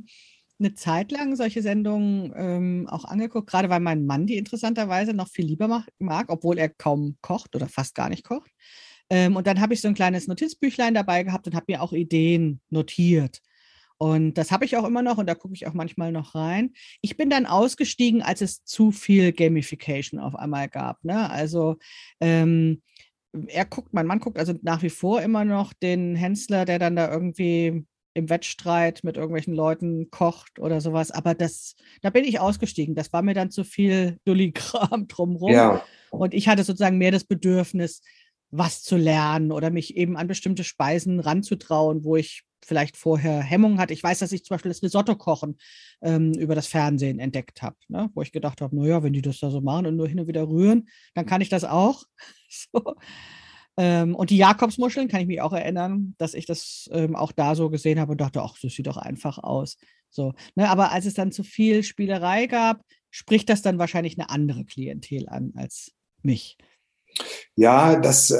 eine Zeit lang solche Sendungen auch angeguckt, gerade weil mein Mann die interessanterweise noch viel lieber mag, obwohl er kaum kocht oder fast gar nicht kocht. Und dann habe ich so ein kleines Notizbüchlein dabei gehabt und habe mir auch Ideen notiert. Und das habe ich auch immer noch und da gucke ich auch manchmal noch rein. Ich bin dann ausgestiegen, als es zu viel Gamification auf einmal gab. Ne? Also ähm, mein Mann guckt also nach wie vor immer noch den Hensler, der dann da irgendwie im Wettstreit mit irgendwelchen Leuten kocht oder sowas. Aber da bin ich ausgestiegen. Das war mir dann zu viel Dulli-Kram drumrum. Ja, Und ich hatte sozusagen mehr das Bedürfnis, was zu lernen oder mich eben an bestimmte Speisen ranzutrauen, wo ich vielleicht vorher Hemmungen hatte. Ich weiß, dass ich zum Beispiel das Risotto kochen über das Fernsehen entdeckt habe, ne? Wo ich gedacht habe, naja, wenn die das da so machen und nur hin und wieder rühren, dann kann ich das auch. So. Und die Jakobsmuscheln kann ich mich auch erinnern, dass ich das auch da so gesehen habe und dachte, ach, das sieht doch einfach aus. So, ne? Aber als es dann zu viel Spielerei gab, spricht das dann wahrscheinlich eine andere Klientel an als mich. ja,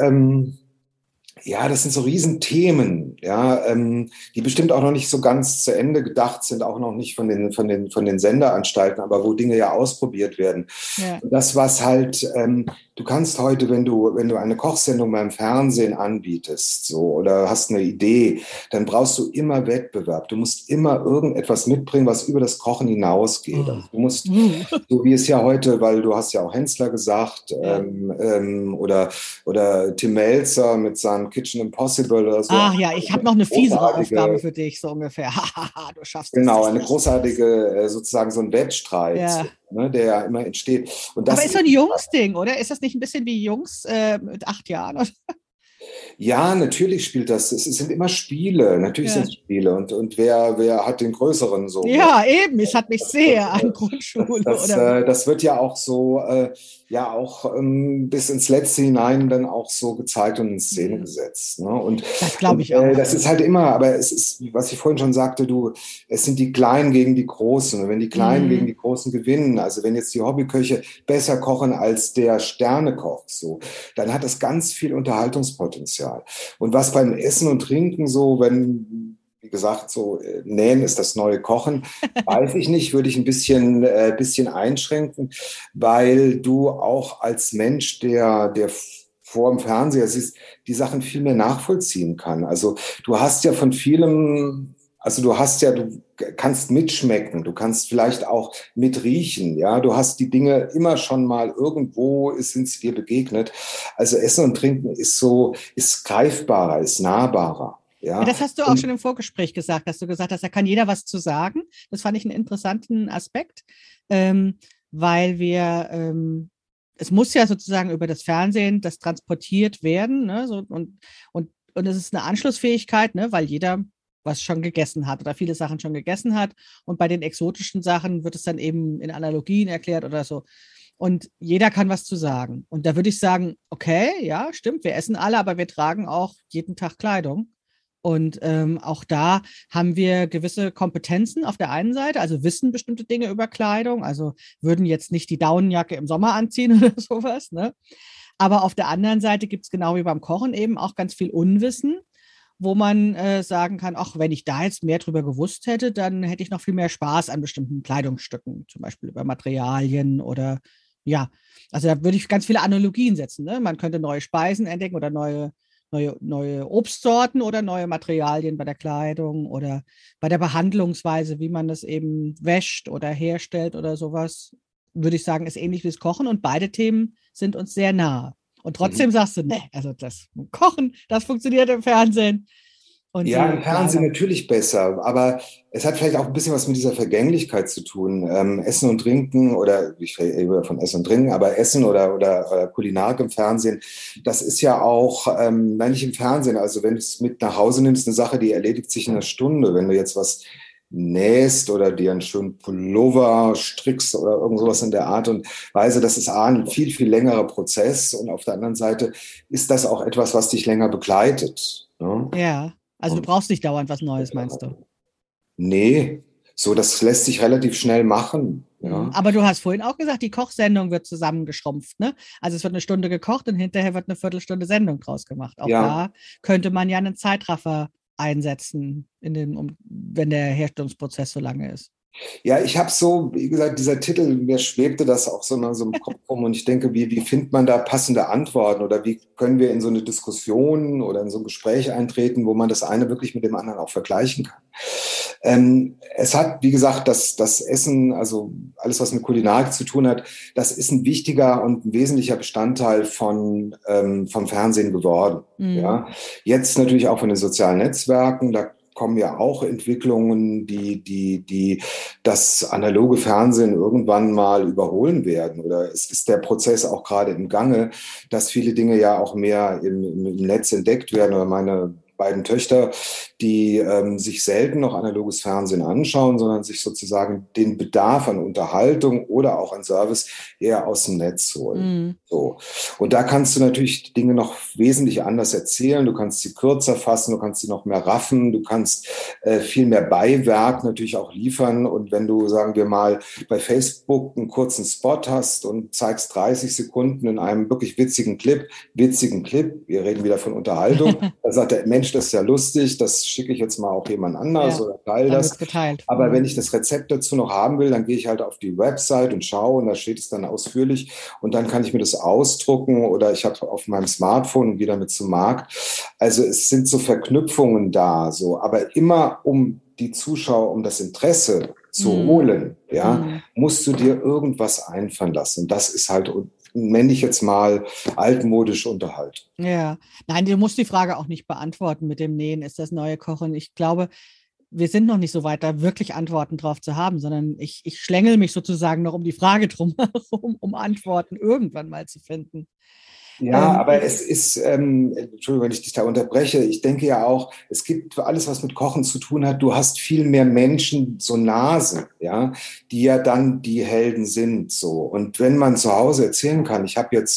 ja, das sind so Riesenthemen, ja, die bestimmt auch noch nicht so ganz zu Ende gedacht sind, auch noch nicht von den Senderanstalten, aber wo Dinge ja ausprobiert werden. Ja. Und das, was halt, du kannst heute, wenn du eine Kochsendung beim Fernsehen anbietest, so, oder hast eine Idee, dann brauchst du immer Wettbewerb. Du musst immer irgendetwas mitbringen, was über das Kochen hinausgeht. Oh. Also du musst, so wie es ja heute, weil du hast ja auch Hensler gesagt, Ja. oder Tim Melzer mit seinem Kitchen Impossible oder so. Ach ja, ich habe noch eine fiesere Aufgabe für dich, so ungefähr. Du schaffst es Genau, das eine nicht. großartige, sozusagen so ein Wettstreit, Ja. so, ne, der ja immer entsteht. Und Aber das ist so ist ein Jungsding, oder? Ist das nicht ein bisschen wie Jungs mit 8 Jahren? ja, natürlich spielt das. Es sind immer Spiele. Natürlich sind Ja. es Spiele. Und wer hat den größeren so? Ja, eben. Es hat mich Das wird, sehr an Grundschule das, oder. das wird ja auch so, ja auch bis ins Letzte hinein dann auch so gezeigt und in Szene Hm, gesetzt. Ne? das glaube ich auch, Das ist ja. halt immer, aber es ist, was ich vorhin schon sagte, es sind die Kleinen gegen die Großen. Und wenn die Kleinen gegen Hm, die Großen gewinnen, also wenn jetzt die Hobbyköche besser kochen als der Sternekoch, so, dann hat das ganz viel Unterhaltungspotenzial. Und was beim Essen und Trinken so, wenn wie gesagt, so Nähen ist das neue Kochen. Weiß ich nicht, würde ich ein bisschen einschränken, weil du auch als Mensch, der vor dem Fernseher sitzt, die Sachen viel mehr nachvollziehen kann. Also du hast ja von vielem, also du kannst mitschmecken, du kannst vielleicht auch mitriechen, ja, du hast die Dinge immer schon mal irgendwo sind sie dir begegnet. Also Essen und Trinken ist greifbarer, ist nahbarer. ja, Ja, das hast du auch schon und im Vorgespräch gesagt, dass du gesagt hast, da kann jeder was zu sagen. Das fand ich einen interessanten Aspekt, weil wir es muss ja sozusagen über das Fernsehen das transportiert werden, ne? So, und es ist eine Anschlussfähigkeit, ne? Weil jeder was schon gegessen hat oder viele Sachen schon gegessen hat. Und bei den exotischen Sachen wird es dann eben in Analogien erklärt oder so. Und jeder kann was zu sagen. Und da würde ich sagen, okay, ja, stimmt, wir essen alle, aber wir tragen auch jeden Tag Kleidung. Und auch da haben wir gewisse Kompetenzen auf der einen Seite, also wissen bestimmte Dinge über Kleidung, also würden jetzt nicht die Daunenjacke im Sommer anziehen oder sowas, ne? Aber auf der anderen Seite gibt es genau wie beim Kochen eben auch ganz viel Unwissen, wo man sagen kann, ach, wenn ich da jetzt mehr drüber gewusst hätte, dann hätte ich noch viel mehr Spaß an bestimmten Kleidungsstücken, zum Beispiel über Materialien oder ja, also da würde ich ganz viele Analogien setzen. Ne? Man könnte neue Speisen entdecken oder neue Obstsorten oder neue Materialien bei der Kleidung oder bei der Behandlungsweise, wie man das eben wäscht oder herstellt oder sowas, würde ich sagen, ist ähnlich wie das Kochen und beide Themen sind uns sehr nah. Und Mhm. trotzdem sagst du, ne, also das Kochen, das funktioniert im Fernsehen. Und Ja, im die Fernsehen Kleidung. natürlich besser, aber es hat vielleicht auch ein bisschen was mit dieser Vergänglichkeit zu tun. Essen und Trinken oder ich rede von Essen und Trinken, aber Essen oder Kulinarik im Fernsehen, das ist ja auch, nein, nicht im Fernsehen, also wenn du es mit nach Hause nimmst, eine Sache, die erledigt sich in einer Stunde. Wenn du jetzt was nähst oder dir einen schönen Pullover strickst oder irgend sowas in der Art und Weise, das ist ein viel, viel längerer Prozess und auf der anderen Seite ist das auch etwas, was dich länger begleitet. Ne? Ja, also du Und brauchst nicht dauernd was Neues, meinst du? nee, so das lässt sich relativ schnell machen. Ja, Aber du hast vorhin auch gesagt, die Kochsendung wird zusammengeschrumpft, ne? Also es wird eine Stunde gekocht und hinterher wird eine Viertelstunde Sendung draus gemacht. Auch ja, da könnte man ja einen Zeitraffer einsetzen, wenn der Herstellungsprozess so lange ist. ja, ich habe so, wie gesagt, dieser Titel, mir schwebte das auch so mal so im Kopf rum und ich denke, wie findet man da passende Antworten oder wie können wir in so eine Diskussion oder in so ein Gespräch eintreten, wo man das eine wirklich mit dem anderen auch vergleichen kann. Es hat, wie gesagt, das Essen, also alles, was mit Kulinarik zu tun hat, das ist ein wichtiger und ein wesentlicher Bestandteil vom Fernsehen geworden. Mhm. Ja, jetzt natürlich auch von den sozialen Netzwerken, da kommen ja auch Entwicklungen, die das analoge Fernsehen irgendwann mal überholen werden. Oder es ist der Prozess auch gerade im Gange, dass viele Dinge ja auch mehr im Netz entdeckt werden. Oder meine beiden Töchter, die sich selten noch analoges Fernsehen anschauen, sondern sich sozusagen den Bedarf an Unterhaltung oder auch an Service eher aus dem Netz holen. Mhm. So. Und da kannst du natürlich Dinge noch wesentlich anders erzählen. Du kannst sie kürzer fassen, du kannst sie noch mehr raffen, du kannst viel mehr Beiwerk natürlich auch liefern. Und wenn du, sagen wir mal, bei Facebook einen kurzen Spot hast und zeigst 30 Sekunden in einem wirklich witzigen Clip, wir reden wieder von Unterhaltung, da sagt der Mensch, das ist ja lustig, das schicke ich jetzt mal auch jemand anders Ja, oder teile dann wird es das. geteilt. Aber wenn Mhm. ich das Rezept dazu noch haben will, dann gehe ich halt auf die Website und schaue und da steht es dann ausführlich und dann kann ich mir das ausdrucken oder ich habe auf meinem Smartphone und gehe damit zum Markt. Also es sind so Verknüpfungen da, so, aber immer um die Zuschauer, um das Interesse zu Mhm. holen, ja, Mhm. musst du dir irgendwas einfallen lassen. Und das ist halt, nenne ich jetzt mal, altmodisch Unterhalt. Ja, nein, du musst die Frage auch nicht beantworten mit dem Nähen, ist das neue Kochen. Ich glaube, wir sind noch nicht so weit, da wirklich Antworten drauf zu haben, sondern ich schlängel mich sozusagen noch um die Frage drum herum, um Antworten irgendwann mal zu finden. Ja, aber Ich, es ist, Entschuldigung, wenn ich dich da unterbreche, ich denke ja auch, es gibt für alles, was mit Kochen zu tun hat, du hast viel mehr Menschen, so Nasen, ja, die ja dann die Helden sind, so. Und wenn man zu Hause erzählen kann, ich habe jetzt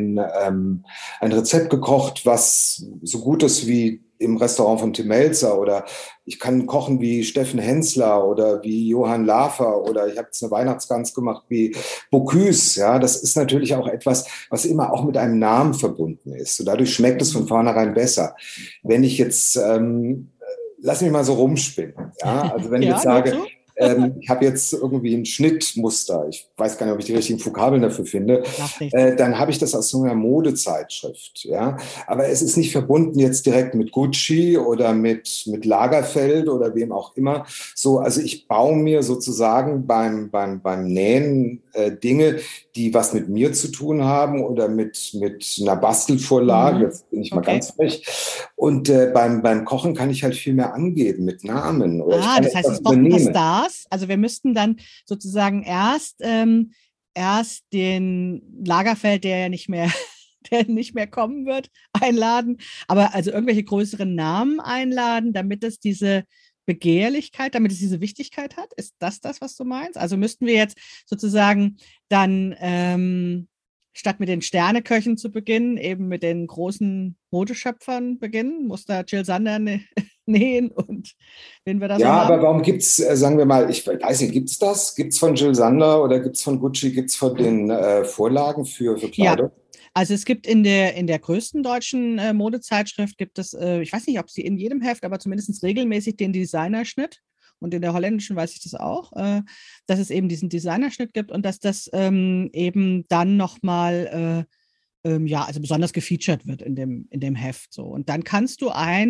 ein Rezept gekocht, was so gut ist wie im Restaurant von Tim Melzer oder ich kann kochen wie Steffen Hensler oder wie Johann Lafer oder ich habe jetzt eine Weihnachtsgans gemacht wie Bocuse, ja, das ist natürlich auch etwas, was immer auch mit einem Namen verbunden ist. Und dadurch schmeckt es von Mhm. vornherein besser. Wenn ich jetzt, lass mich mal so rumspinnen, ja, also wenn ich jetzt Ja, nur sage, zu? ich habe jetzt irgendwie ein Schnittmuster, ich weiß gar nicht, ob ich die richtigen Vokabeln dafür finde, Macht nichts. dann habe ich das aus so einer Modezeitschrift, ja, aber es ist nicht verbunden jetzt direkt mit Gucci oder mit Lagerfeld oder wem auch immer, so, also ich baue mir sozusagen beim Nähen Dinge, die was mit mir zu tun haben oder mit einer Bastelvorlage, Mhm. jetzt bin ich mal Okay. ganz frech. Und beim Kochen kann ich halt viel mehr angeben mit Namen oder ich Ah, kann das heißt, etwas es braucht ein paar übernehmen. Stars. Also wir müssten dann sozusagen erst erst den Lagerfeld, der ja nicht mehr, der nicht mehr kommen wird, einladen, aber also irgendwelche größeren Namen einladen, damit es diese Begehrlichkeit, damit es diese Wichtigkeit hat? Ist das, was du meinst? Also müssten wir jetzt sozusagen dann statt mit den Sterneköchen zu beginnen, eben mit den großen Modeschöpfern beginnen? Muss da Jill Sander nähen und wen wir da so Ja, haben? aber warum gibt's, sagen wir mal, ich weiß nicht, gibt's das? Gibt's von Jill Sander oder gibt's von Gucci, gibt's von den Vorlagen für Ja, Kleidung? also es gibt in der größten deutschen Modezeitschrift gibt es, ich weiß nicht, ob sie in jedem Heft, aber zumindest regelmäßig den Designerschnitt. Und in der holländischen weiß ich das auch, dass es eben diesen Designerschnitt gibt und dass das eben dann nochmal, ja, also besonders gefeatured wird in dem Heft. So. Und dann kannst du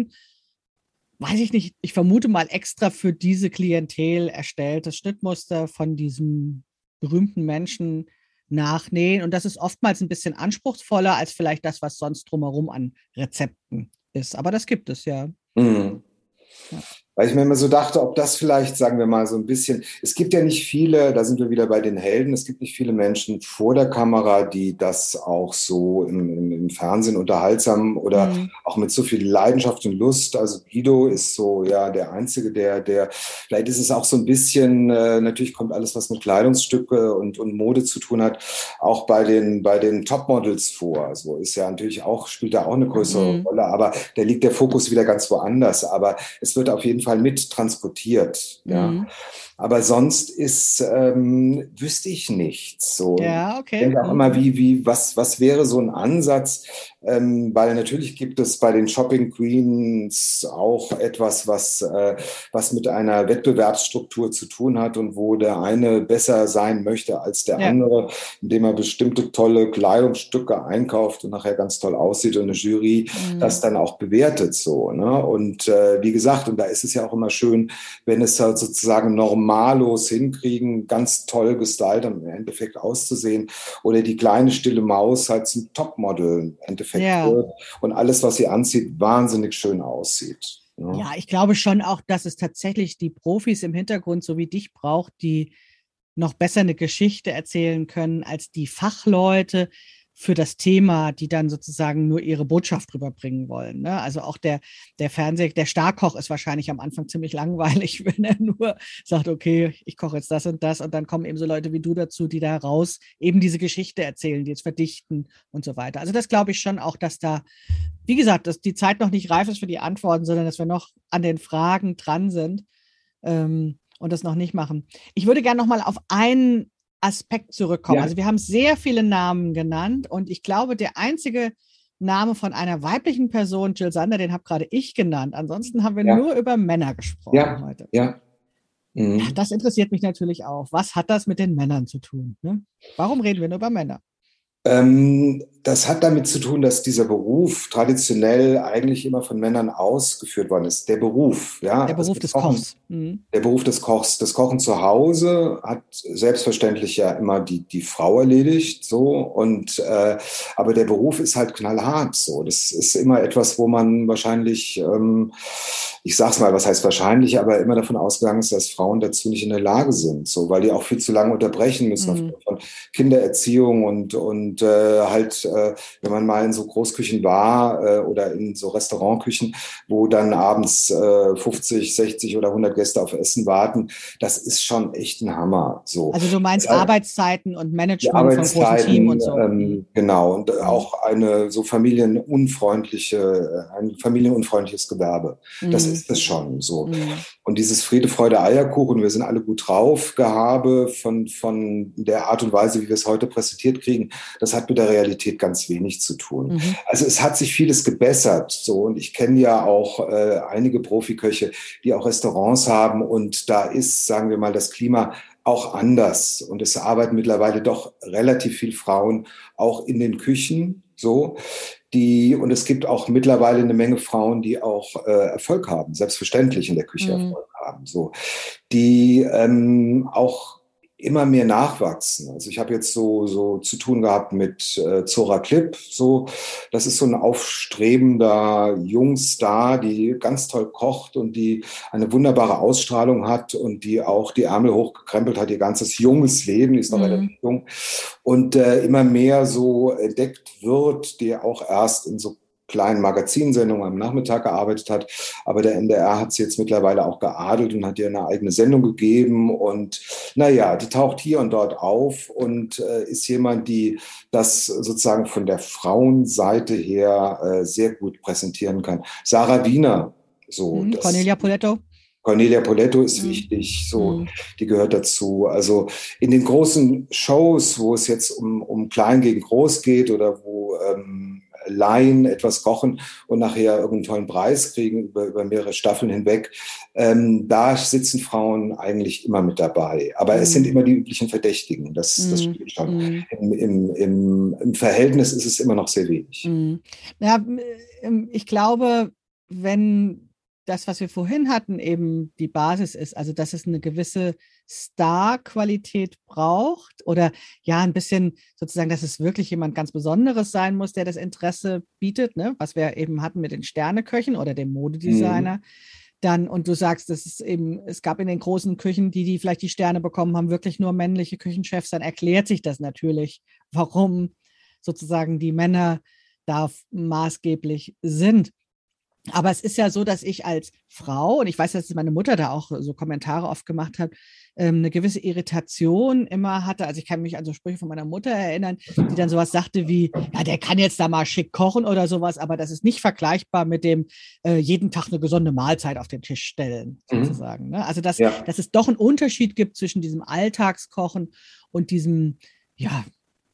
weiß ich nicht, ich vermute mal extra für diese Klientel erstelltes Schnittmuster von diesem berühmten Menschen nachnähen. Und das ist oftmals ein bisschen anspruchsvoller als vielleicht das, was sonst drumherum an Rezepten ist. Aber das gibt es ja. Mhm. Ja. Weil ich mir immer so dachte, ob das vielleicht, sagen wir mal, so ein bisschen, es gibt ja nicht viele, da sind wir wieder bei den Helden, es gibt nicht viele Menschen vor der Kamera, die das auch so im Fernsehen unterhaltsam oder Mhm. auch mit so viel Leidenschaft und Lust. Also Guido ist so, ja, der Einzige, vielleicht ist es auch so ein bisschen, natürlich kommt alles, was mit Kleidungsstücke und Mode zu tun hat, auch bei den Topmodels vor. So ist ja natürlich auch, spielt da auch eine größere Mhm. Rolle, aber da liegt der Fokus wieder ganz woanders. Aber es wird auf jeden Fall mit transportiert, ja. Mhm. Aber sonst wüsste ich nichts. So, Ja, ich okay. denke auch Mhm. immer, was wäre so ein Ansatz? Weil natürlich gibt es bei den Shopping Queens auch etwas, was mit einer Wettbewerbsstruktur zu tun hat und wo der eine besser sein möchte als der Ja. andere, indem er bestimmte tolle Kleidungsstücke einkauft und nachher ganz toll aussieht und eine Jury das Mhm. dann auch bewertet so. Ne? Und wie gesagt, und da ist es ja auch immer schön, wenn es halt sozusagen Normalos hinkriegen, ganz toll gestylt im Endeffekt auszusehen oder die kleine stille Maus halt zum Topmodel im Endeffekt Ja. wird und alles, was sie anzieht, wahnsinnig schön aussieht. Ne? Ja, ich glaube schon auch, dass es tatsächlich die Profis im Hintergrund so wie dich braucht, die noch besser eine Geschichte erzählen können als die Fachleute für das Thema, die dann sozusagen nur ihre Botschaft rüberbringen wollen. Ne? Also auch der Starkoch ist wahrscheinlich am Anfang ziemlich langweilig, wenn er nur sagt, okay, ich koche jetzt das und dann kommen eben so Leute wie du dazu, die da raus eben diese Geschichte erzählen, die es verdichten und so weiter. Also das glaube ich schon auch, dass da, wie gesagt, dass die Zeit noch nicht reif ist für die Antworten, sondern dass wir noch an den Fragen dran sind. Und das noch nicht machen. Ich würde gerne noch mal auf einen Aspekt zurückkommen. Ja, Also wir haben sehr viele Namen genannt und ich glaube, der einzige Name von einer weiblichen Person, Jill Sander, den habe gerade ich genannt. Ansonsten haben wir ja, nur über Männer gesprochen ja, heute. ja. Ja, Mhm. das interessiert mich natürlich auch. Was hat das mit den Männern zu tun? Ne? Warum reden wir nur über Männer? Das hat damit zu tun, dass dieser Beruf traditionell eigentlich immer von Männern ausgeführt worden ist. Der Beruf, ja, Der also Beruf das des Kochen. Kochs. Mhm. Der Beruf des Kochs, das Kochen zu Hause hat selbstverständlich ja immer die Frau erledigt, so aber der Beruf ist halt knallhart, so. Das ist immer etwas, wo man wahrscheinlich, ich sag's mal, was heißt wahrscheinlich, aber immer davon ausgegangen ist, dass Frauen dazu nicht in der Lage sind, so, weil die auch viel zu lange unterbrechen müssen Mhm. aufgrund von Kindererziehung und wenn man mal in so Großküchen war oder in so Restaurantküchen, wo dann abends 50, 60 oder 100 Gäste auf Essen warten, das ist schon echt ein Hammer. So. Also du meinst Deshalb Arbeitszeiten und die Management von großen Team Arbeitszeiten, und so. Mhm. genau, und Mhm. auch ein familienunfreundliches Gewerbe. Das Mhm. ist es schon so. Mhm. Und dieses Friede, Freude, Eierkuchen, wir sind alle gut drauf, Gehabe von der Art und Weise, wie wir es heute präsentiert kriegen, das hat mit der Realität ganz wenig zu tun. Mhm. Also es hat sich vieles gebessert, so, und ich kenne ja auch einige Profiköche, die auch Restaurants haben, und da ist, sagen wir mal, das Klima auch anders. Und es arbeiten mittlerweile doch relativ viel Frauen auch in den Küchen, so. Und es gibt auch mittlerweile eine Menge Frauen, die auch Erfolg haben, selbstverständlich in der Küche Mhm. Erfolg haben, so. Die auch immer mehr nachwachsen. Also ich habe jetzt so zu tun gehabt mit Zora Klipp. So, das ist so ein aufstrebender Jungstar, die ganz toll kocht und die eine wunderbare Ausstrahlung hat und die auch die Ärmel hochgekrempelt hat, ihr ganzes junges Leben, die ist noch relativ jung und immer mehr so entdeckt wird, die auch erst in so kleinen Magazinsendungen am Nachmittag gearbeitet hat. Aber der NDR hat sie jetzt mittlerweile auch geadelt und hat ihr eine eigene Sendung gegeben. Und naja, die taucht hier und dort auf und ist jemand, die das sozusagen von der Frauenseite her sehr gut präsentieren kann. Sarah Wiener, so das. Cornelia Poletto. Cornelia Poletto ist wichtig, so, die gehört dazu. Also in den großen Shows, wo es jetzt um Klein gegen Groß geht oder wo Laien etwas kochen und nachher irgendeinen tollen Preis kriegen über mehrere Staffeln hinweg, da sitzen Frauen eigentlich immer mit dabei. Aber es sind immer die üblichen Verdächtigen, das stimmt schon. Im Verhältnis ist es immer noch sehr wenig. Ja, ich glaube, wenn das, was wir vorhin hatten, eben die Basis ist, also dass es eine gewisse Star-Qualität braucht oder ja, ein bisschen sozusagen, dass es wirklich jemand ganz Besonderes sein muss, der das Interesse bietet, ne? Was wir eben hatten mit den Sterneköchen oder dem Modedesigner. Dann, und du sagst, dass es eben, es gab in den großen Küchen, die vielleicht die Sterne bekommen haben, wirklich nur männliche Küchenchefs, dann erklärt sich das natürlich, warum sozusagen die Männer da maßgeblich sind. Aber es ist ja so, dass ich als Frau, und ich weiß, dass meine Mutter da auch so Kommentare oft gemacht hat, eine gewisse Irritation immer hatte. Also ich kann mich an so Sprüche von meiner Mutter erinnern, die dann sowas sagte wie, ja, der kann jetzt da mal schick kochen oder sowas, aber das ist nicht vergleichbar mit dem jeden Tag eine gesunde Mahlzeit auf den Tisch stellen, sozusagen. Ne? Also dass es doch einen Unterschied gibt zwischen diesem Alltagskochen und diesem, ja,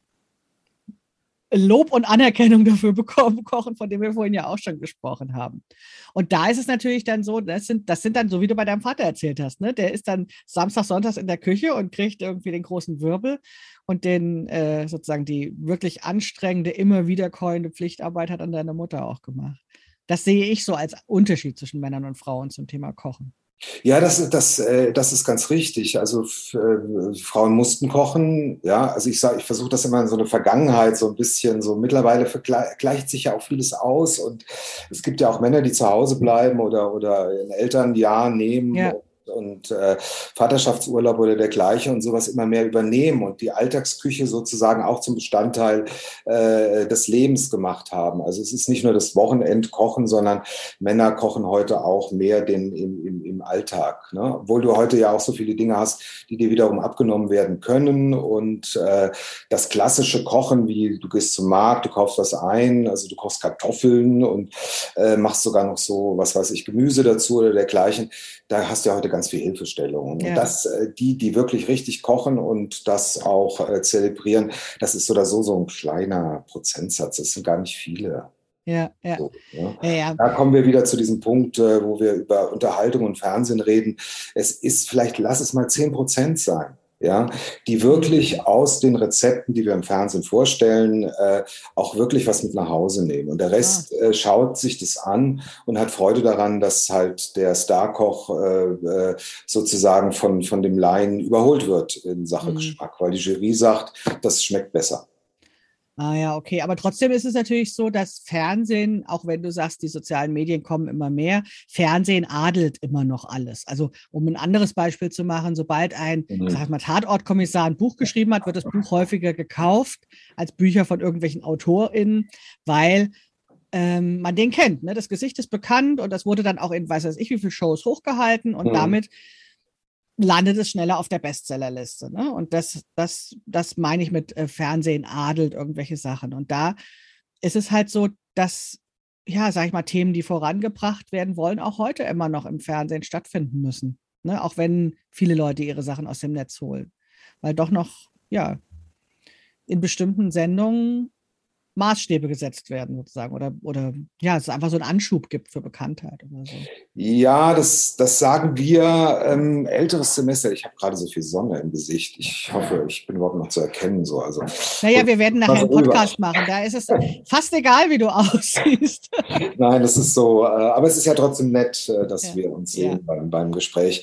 Lob und Anerkennung dafür bekommen, kochen, von dem wir vorhin ja auch schon gesprochen haben. Und da ist es natürlich dann so, das sind dann so, wie du bei deinem Vater erzählt hast, ne? Der ist dann Samstag, Sonntags in der Küche und kriegt irgendwie den großen Wirbel und den sozusagen die wirklich anstrengende, immer wiederkäuende Pflichtarbeit hat dann deine Mutter auch gemacht. Das sehe ich so als Unterschied zwischen Männern und Frauen zum Thema Kochen. Ja, das ist ganz richtig. Also Frauen mussten kochen. Ja, also ich versuche das immer in so eine Vergangenheit so ein bisschen so. Mittlerweile gleicht sich ja auch vieles aus und es gibt ja auch Männer, die zu Hause bleiben oder ein Elternjahr nehmen. Ja. Und Vaterschaftsurlaub oder dergleichen und sowas immer mehr übernehmen und die Alltagsküche sozusagen auch zum Bestandteil des Lebens gemacht haben. Also es ist nicht nur das Wochenendkochen, sondern Männer kochen heute auch mehr im Alltag. Ne? Obwohl du heute ja auch so viele Dinge hast, die dir wiederum abgenommen werden können und das klassische Kochen, wie du gehst zum Markt, du kaufst was ein, also du kochst Kartoffeln und machst sogar noch so, was weiß ich, Gemüse dazu oder dergleichen. Da hast du ja heute ganz viel Hilfestellungen. Ja. Und das, die wirklich richtig kochen und das auch zelebrieren, das ist so oder so ein kleiner Prozentsatz. Das sind gar nicht viele. Ja, ja. So, ne? Ja. Da kommen wir wieder zu diesem Punkt, wo wir über Unterhaltung und Fernsehen reden. Es ist vielleicht, lass es mal 10% sein. Ja, die wirklich aus den Rezepten, die wir im Fernsehen vorstellen, auch wirklich was mit nach Hause nehmen. Und der Rest schaut sich das an und hat Freude daran, dass halt der Starkoch sozusagen von dem Laien überholt wird in Sache Geschmack, weil die Jury sagt, das schmeckt besser. Ah ja, okay. Aber trotzdem ist es natürlich so, dass Fernsehen, auch wenn du sagst, die sozialen Medien kommen immer mehr, Fernsehen adelt immer noch alles. Also um ein anderes Beispiel zu machen, sobald ein, ich sag mal, Tatortkommissar ein Buch geschrieben hat, wird das Buch häufiger gekauft als Bücher von irgendwelchen AutorInnen, weil man den kennt. Ne? Das Gesicht ist bekannt und das wurde dann auch in, weiß ich, wie viele Shows hochgehalten und damit landet es schneller auf der Bestsellerliste. Ne? Und das meine ich mit Fernsehen adelt irgendwelche Sachen. Und da ist es halt so, dass, ja, sag ich mal, Themen, die vorangebracht werden wollen, auch heute immer noch im Fernsehen stattfinden müssen. Ne? Auch wenn viele Leute ihre Sachen aus dem Netz holen. Weil doch noch, ja, in bestimmten Sendungen Maßstäbe gesetzt werden sozusagen oder ja, es einfach so einen Anschub gibt für Bekanntheit oder so. Ja, das sagen wir älteres Semester. Ich habe gerade so viel Sonne im Gesicht. Ich hoffe, ich bin überhaupt noch zu erkennen. So. Also, Naja, wir werden nachher so einen Podcast machen. Da ist es fast egal, wie du aussiehst. Nein, das ist so, aber es ist ja trotzdem nett, dass Ja, wir uns ja. sehen beim Gespräch.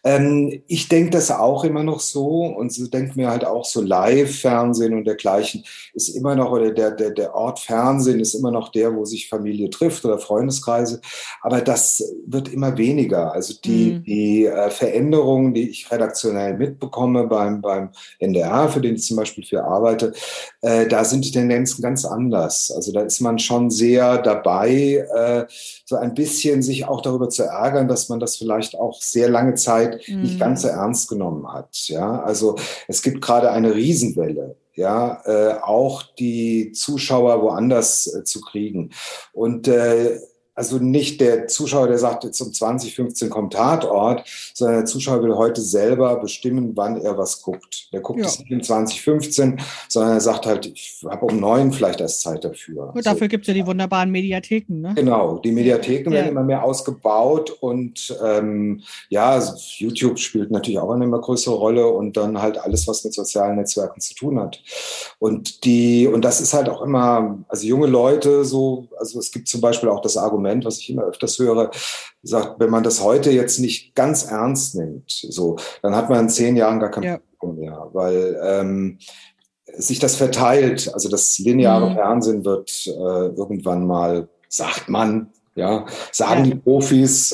Ich denke das auch immer noch so und so denke mir halt auch so Live-Fernsehen und dergleichen ist immer noch, oder der Ort Fernsehen ist immer noch der, wo sich Familie trifft oder Freundeskreise, aber das wird immer weniger. Also die Veränderungen, die ich redaktionell mitbekomme beim NDR, für den ich zum Beispiel viel arbeite, da sind die Tendenzen ganz anders. Also da ist man schon sehr dabei, so ein bisschen sich auch darüber zu ärgern, dass man das vielleicht auch sehr lange Zeit nicht ganz so ernst genommen hat. Ja, also es gibt gerade eine Riesenwelle. Ja, auch die Zuschauer woanders zu kriegen. Und also nicht der Zuschauer, der sagt, jetzt um 20:15 kommt Tatort, sondern der Zuschauer will heute selber bestimmen, wann er was guckt. Der guckt es nicht um 20:15, sondern er sagt halt, ich habe um 9 vielleicht erst Zeit dafür. Und dafür gibt es ja die wunderbaren Mediatheken, ne? Genau, die Mediatheken werden immer mehr ausgebaut und ja, also YouTube spielt natürlich auch eine immer größere Rolle und dann halt alles, was mit sozialen Netzwerken zu tun hat. Und das ist halt auch immer, also junge Leute so, also es gibt zum Beispiel auch das Argument, was ich immer öfters höre, sagt, wenn man das heute jetzt nicht ganz ernst nimmt, so, dann hat man in 10 Jahren gar kein Publikum mehr, weil sich das verteilt. Also das lineare Fernsehen wird irgendwann mal, sagt man, ja, sagen die Profis,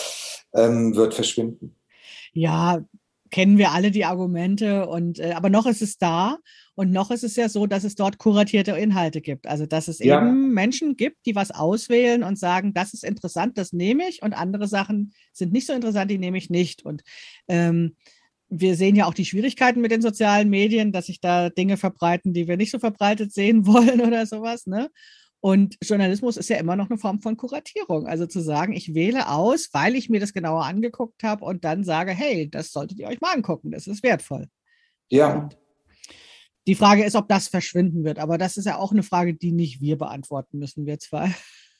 wird verschwinden. Ja, kennen wir alle die Argumente und aber noch ist es da und noch ist es ja so, dass es dort kuratierte Inhalte gibt. Also dass es eben Menschen gibt, die was auswählen und sagen, das ist interessant, das nehme ich und andere Sachen sind nicht so interessant, die nehme ich nicht. Und wir sehen ja auch die Schwierigkeiten mit den sozialen Medien, dass sich da Dinge verbreiten, die wir nicht so verbreitet sehen wollen oder sowas, ne? Und Journalismus ist ja immer noch eine Form von Kuratierung. Also zu sagen, ich wähle aus, weil ich mir das genauer angeguckt habe und dann sage, hey, das solltet ihr euch mal angucken, das ist wertvoll. Ja. Und die Frage ist, ob das verschwinden wird. Aber das ist ja auch eine Frage, die nicht wir beantworten müssen, wir zwei.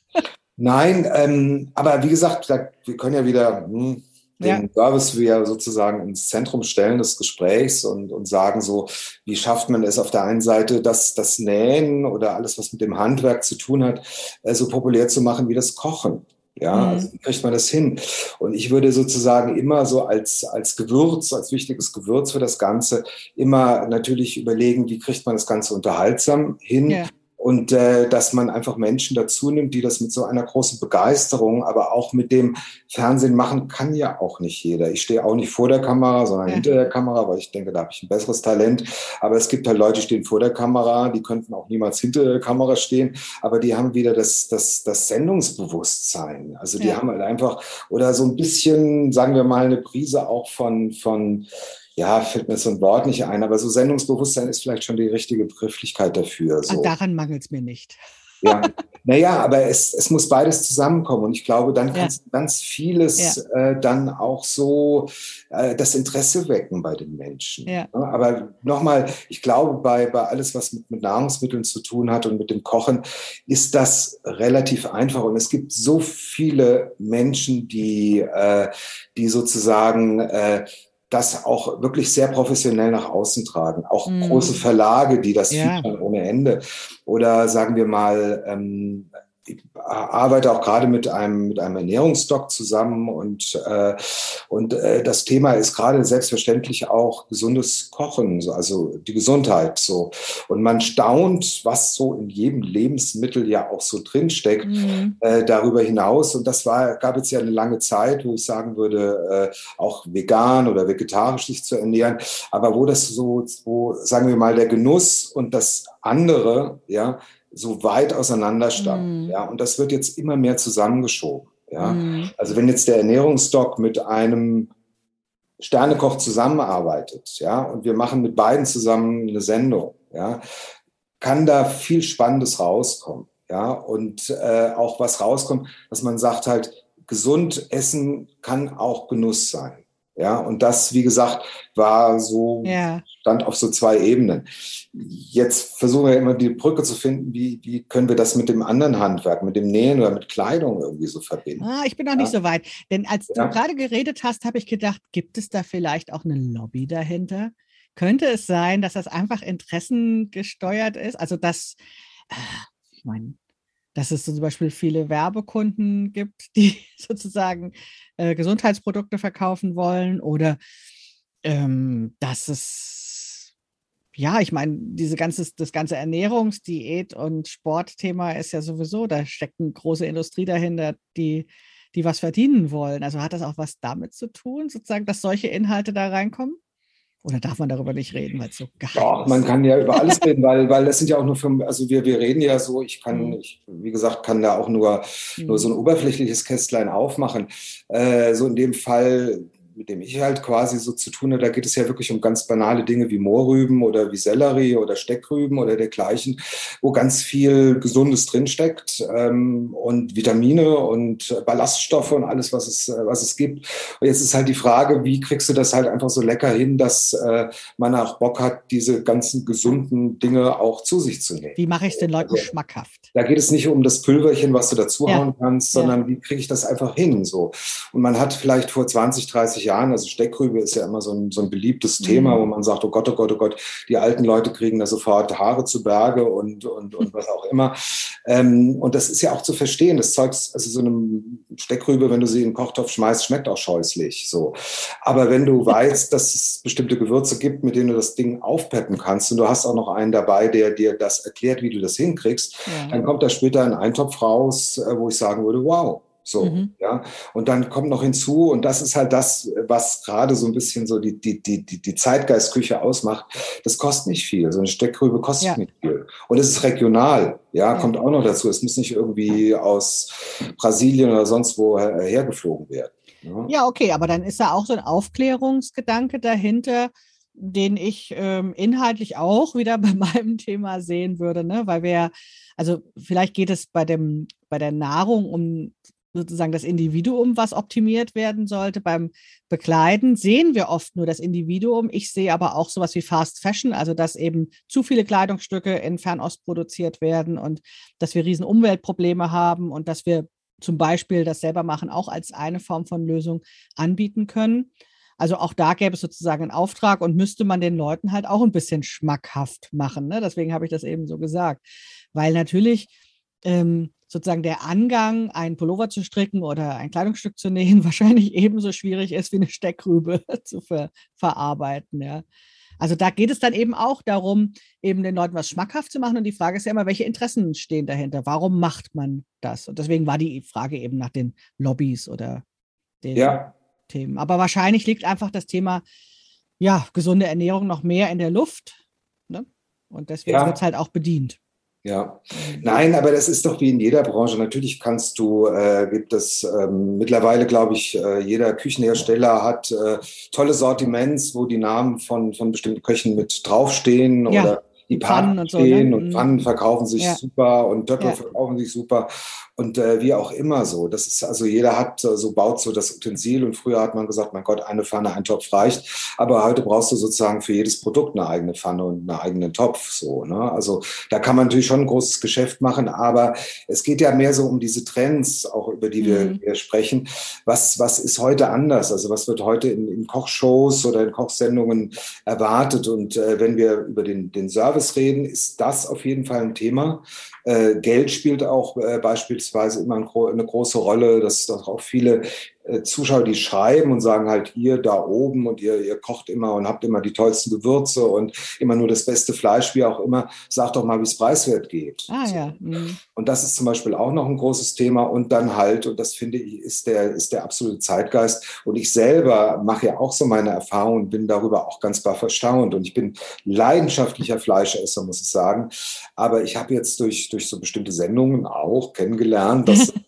Nein, aber wie gesagt, wir können ja wieder den Service wieder sozusagen ins Zentrum stellen des Gesprächs und sagen so, wie schafft man es auf der einen Seite, das Nähen oder alles, was mit dem Handwerk zu tun hat, so populär zu machen wie das Kochen. Ja, also wie kriegt man das hin? Und ich würde sozusagen immer so als Gewürz, als wichtiges Gewürz für das Ganze immer natürlich überlegen, wie kriegt man das Ganze unterhaltsam hin? Ja. Und dass man einfach Menschen dazu nimmt, die das mit so einer großen Begeisterung, aber auch mit dem Fernsehen machen, kann ja auch nicht jeder. Ich stehe auch nicht vor der Kamera, sondern hinter der Kamera, weil ich denke, da habe ich ein besseres Talent. Aber es gibt halt Leute, die stehen vor der Kamera, die könnten auch niemals hinter der Kamera stehen, aber die haben wieder das Sendungsbewusstsein. Also die haben halt einfach, oder so ein bisschen, sagen wir mal, eine Prise auch von ja, fällt mir so ein Wort nicht ein, aber so Sendungsbewusstsein ist vielleicht schon die richtige Begrifflichkeit dafür. So. Daran mangelt es mir nicht. Ja, naja, aber es muss beides zusammenkommen und ich glaube, dann kannst du ganz vieles dann auch so das Interesse wecken bei den Menschen. Ja. Aber nochmal, ich glaube, bei alles, was mit Nahrungsmitteln zu tun hat und mit dem Kochen, ist das relativ einfach und es gibt so viele Menschen, die sozusagen das auch wirklich sehr professionell nach außen tragen. Auch große Verlage, die das featuren ohne Ende. Oder sagen wir mal, ich arbeite auch gerade mit einem Ernährungsdoc zusammen und das Thema ist gerade selbstverständlich auch gesundes Kochen, also die Gesundheit so. Und man staunt, was so in jedem Lebensmittel ja auch so drinsteckt, darüber hinaus. Und das gab jetzt ja eine lange Zeit, wo ich sagen würde, auch vegan oder vegetarisch sich zu ernähren, aber wo sagen wir mal, der Genuss und das andere, ja, so weit auseinander stand. Ja, und das wird jetzt immer mehr zusammengeschoben. Ja, also wenn jetzt der Ernährungsdoc mit einem Sternekoch zusammenarbeitet, ja, und wir machen mit beiden zusammen eine Sendung, ja, kann da viel Spannendes rauskommen. Ja, und auch was rauskommt, dass man sagt halt, gesund essen kann auch Genuss sein. Ja, und das, wie gesagt, war so, Ja. stand auf so zwei Ebenen. Jetzt versuchen wir immer die Brücke zu finden, wie können wir das mit dem anderen Handwerk, mit dem Nähen oder mit Kleidung irgendwie so verbinden. Ich bin noch nicht Ja, so weit. Denn als du ja. gerade geredet hast, habe ich gedacht, gibt es da vielleicht auch eine Lobby dahinter? Könnte es sein, dass das einfach interessengesteuert ist? Also, äh, ich meine, dass es so zum Beispiel viele Werbekunden gibt, die sozusagen Gesundheitsprodukte verkaufen wollen oder dass es, ja, ich meine, das ganze Ernährungsdiät und Sportthema ist ja sowieso, da steckt eine große Industrie dahinter, die was verdienen wollen. Also hat das auch was damit zu tun, sozusagen, dass solche Inhalte da reinkommen? Oder darf man darüber nicht reden, weil es so geheim Doch, man ist? kann ja über alles reden, weil das sind ja auch nur also wir reden ja so, Hm, wie gesagt, kann da auch nur hm, so ein oberflächliches Kästlein aufmachen. So in dem Fall, mit dem ich halt quasi so zu tun habe, da geht es ja wirklich um ganz banale Dinge wie Mohrrüben oder wie Sellerie oder Steckrüben oder dergleichen, wo ganz viel Gesundes drinsteckt, und Vitamine und Ballaststoffe und alles, was es gibt. Und jetzt ist halt die Frage, wie kriegst du das halt einfach so lecker hin, dass man auch Bock hat, diese ganzen gesunden Dinge auch zu sich zu nehmen. wie mache ich es den Leuten Also, schmackhaft? da geht es nicht um das Pülverchen, was du Ja, dazuhauen kannst, ja. sondern wie kriege ich das einfach hin? So. Und man hat vielleicht vor 20, 30 Jahren, also Steckrübe ist ja immer so ein beliebtes Thema, wo Hm, man sagt, oh Gott, die alten Leute kriegen da sofort Haare zu Berge und was auch immer. Und das ist ja auch zu verstehen. Das Zeug, also so eine Steckrübe, wenn du sie in den Kochtopf schmeißt, schmeckt auch scheußlich. So. Aber wenn du weißt, dass es bestimmte Gewürze gibt, mit denen du das Ding aufpeppen kannst und du hast auch noch einen dabei, der dir das erklärt, wie du das hinkriegst, ja. dann kommt da später ein Eintopf raus, wo ich sagen würde, wow. So, Mhm. ja. Und dann kommt noch hinzu, und das ist halt das, was gerade so ein bisschen so die Zeitgeistküche ausmacht. Das kostet nicht viel. So eine Steckrübe kostet Ja, nicht viel. Und es ist regional, ja, ja. kommt auch noch dazu. Es muss nicht irgendwie aus Brasilien oder sonst wo hergeflogen werden. Ja. Ja, okay, aber dann ist da auch so ein Aufklärungsgedanke dahinter, den ich inhaltlich auch wieder bei meinem Thema sehen würde, ne? Weil wir, also vielleicht geht es bei der Nahrung um sozusagen das Individuum, was optimiert werden sollte. Beim Bekleiden sehen wir oft nur das Individuum. Ich sehe aber auch sowas wie Fast Fashion, also dass eben zu viele Kleidungsstücke in Fernost produziert werden und dass wir riesen Umweltprobleme haben und dass wir zum Beispiel das selber machen auch als eine Form von Lösung anbieten können. Also auch da gäbe es sozusagen einen Auftrag und müsste man den Leuten halt auch ein bisschen schmackhaft machen. Ne? Deswegen habe ich das eben so gesagt. Weil natürlich sozusagen der Angang, einen Pullover zu stricken oder ein Kleidungsstück zu nähen, wahrscheinlich ebenso schwierig ist, wie eine Steckrübe zu verarbeiten. Ja. Also da geht es dann eben auch darum, eben den Leuten was schmackhaft zu machen. Und die Frage ist ja immer, welche Interessen stehen dahinter? Warum macht man das? Und deswegen war die Frage eben nach den Lobbys oder den Ja, Themen. Aber wahrscheinlich liegt einfach das Thema, ja, gesunde Ernährung noch mehr in der Luft. Ne? Und deswegen wird es ja. halt auch bedient. Ja, Mhm. nein, aber das ist doch wie in jeder Branche. Natürlich gibt es mittlerweile, glaube ich, jeder Küchenhersteller hat tolle Sortiments, wo die Namen von bestimmten Köchen mit draufstehen Ja, oder die und Pfannen Partner und so, ne? stehen, und Mhm. Pfannen verkaufen sich Ja, super und Töpfe ja, verkaufen sich super und wie auch immer so. Das ist also jeder hat so baut so das Utensil, und früher hat man gesagt, mein Gott, eine Pfanne, ein Topf reicht. Aber heute brauchst du sozusagen für jedes Produkt eine eigene Pfanne und einen eigenen Topf. So, ne? Also da kann man natürlich schon ein großes Geschäft machen, aber es geht ja mehr so um diese Trends, auch über die mhm. wir sprechen. Was ist heute anders? Also was wird heute in Kochshows oder in Kochsendungen erwartet? Und wenn wir über den Service reden, ist das auf jeden Fall ein Thema. Geld spielt auch beispielsweise immer eine große Rolle, dass auch viele Zuschauer, die schreiben und sagen halt, ihr da oben und ihr kocht immer und habt immer die tollsten Gewürze und immer nur das beste Fleisch, wie auch immer, sagt doch mal, wie es preiswert geht. Ah So. ja. Mhm. Und das ist zum Beispiel auch noch ein großes Thema. Und dann halt, und das finde ich, ist der absolute Zeitgeist. Und ich selber mache ja auch so meine Erfahrungen und bin darüber auch ganz baff erstaunt. Und ich bin leidenschaftlicher Fleischesser, muss ich sagen. Aber ich habe jetzt durch so bestimmte Sendungen auch kennengelernt, dass es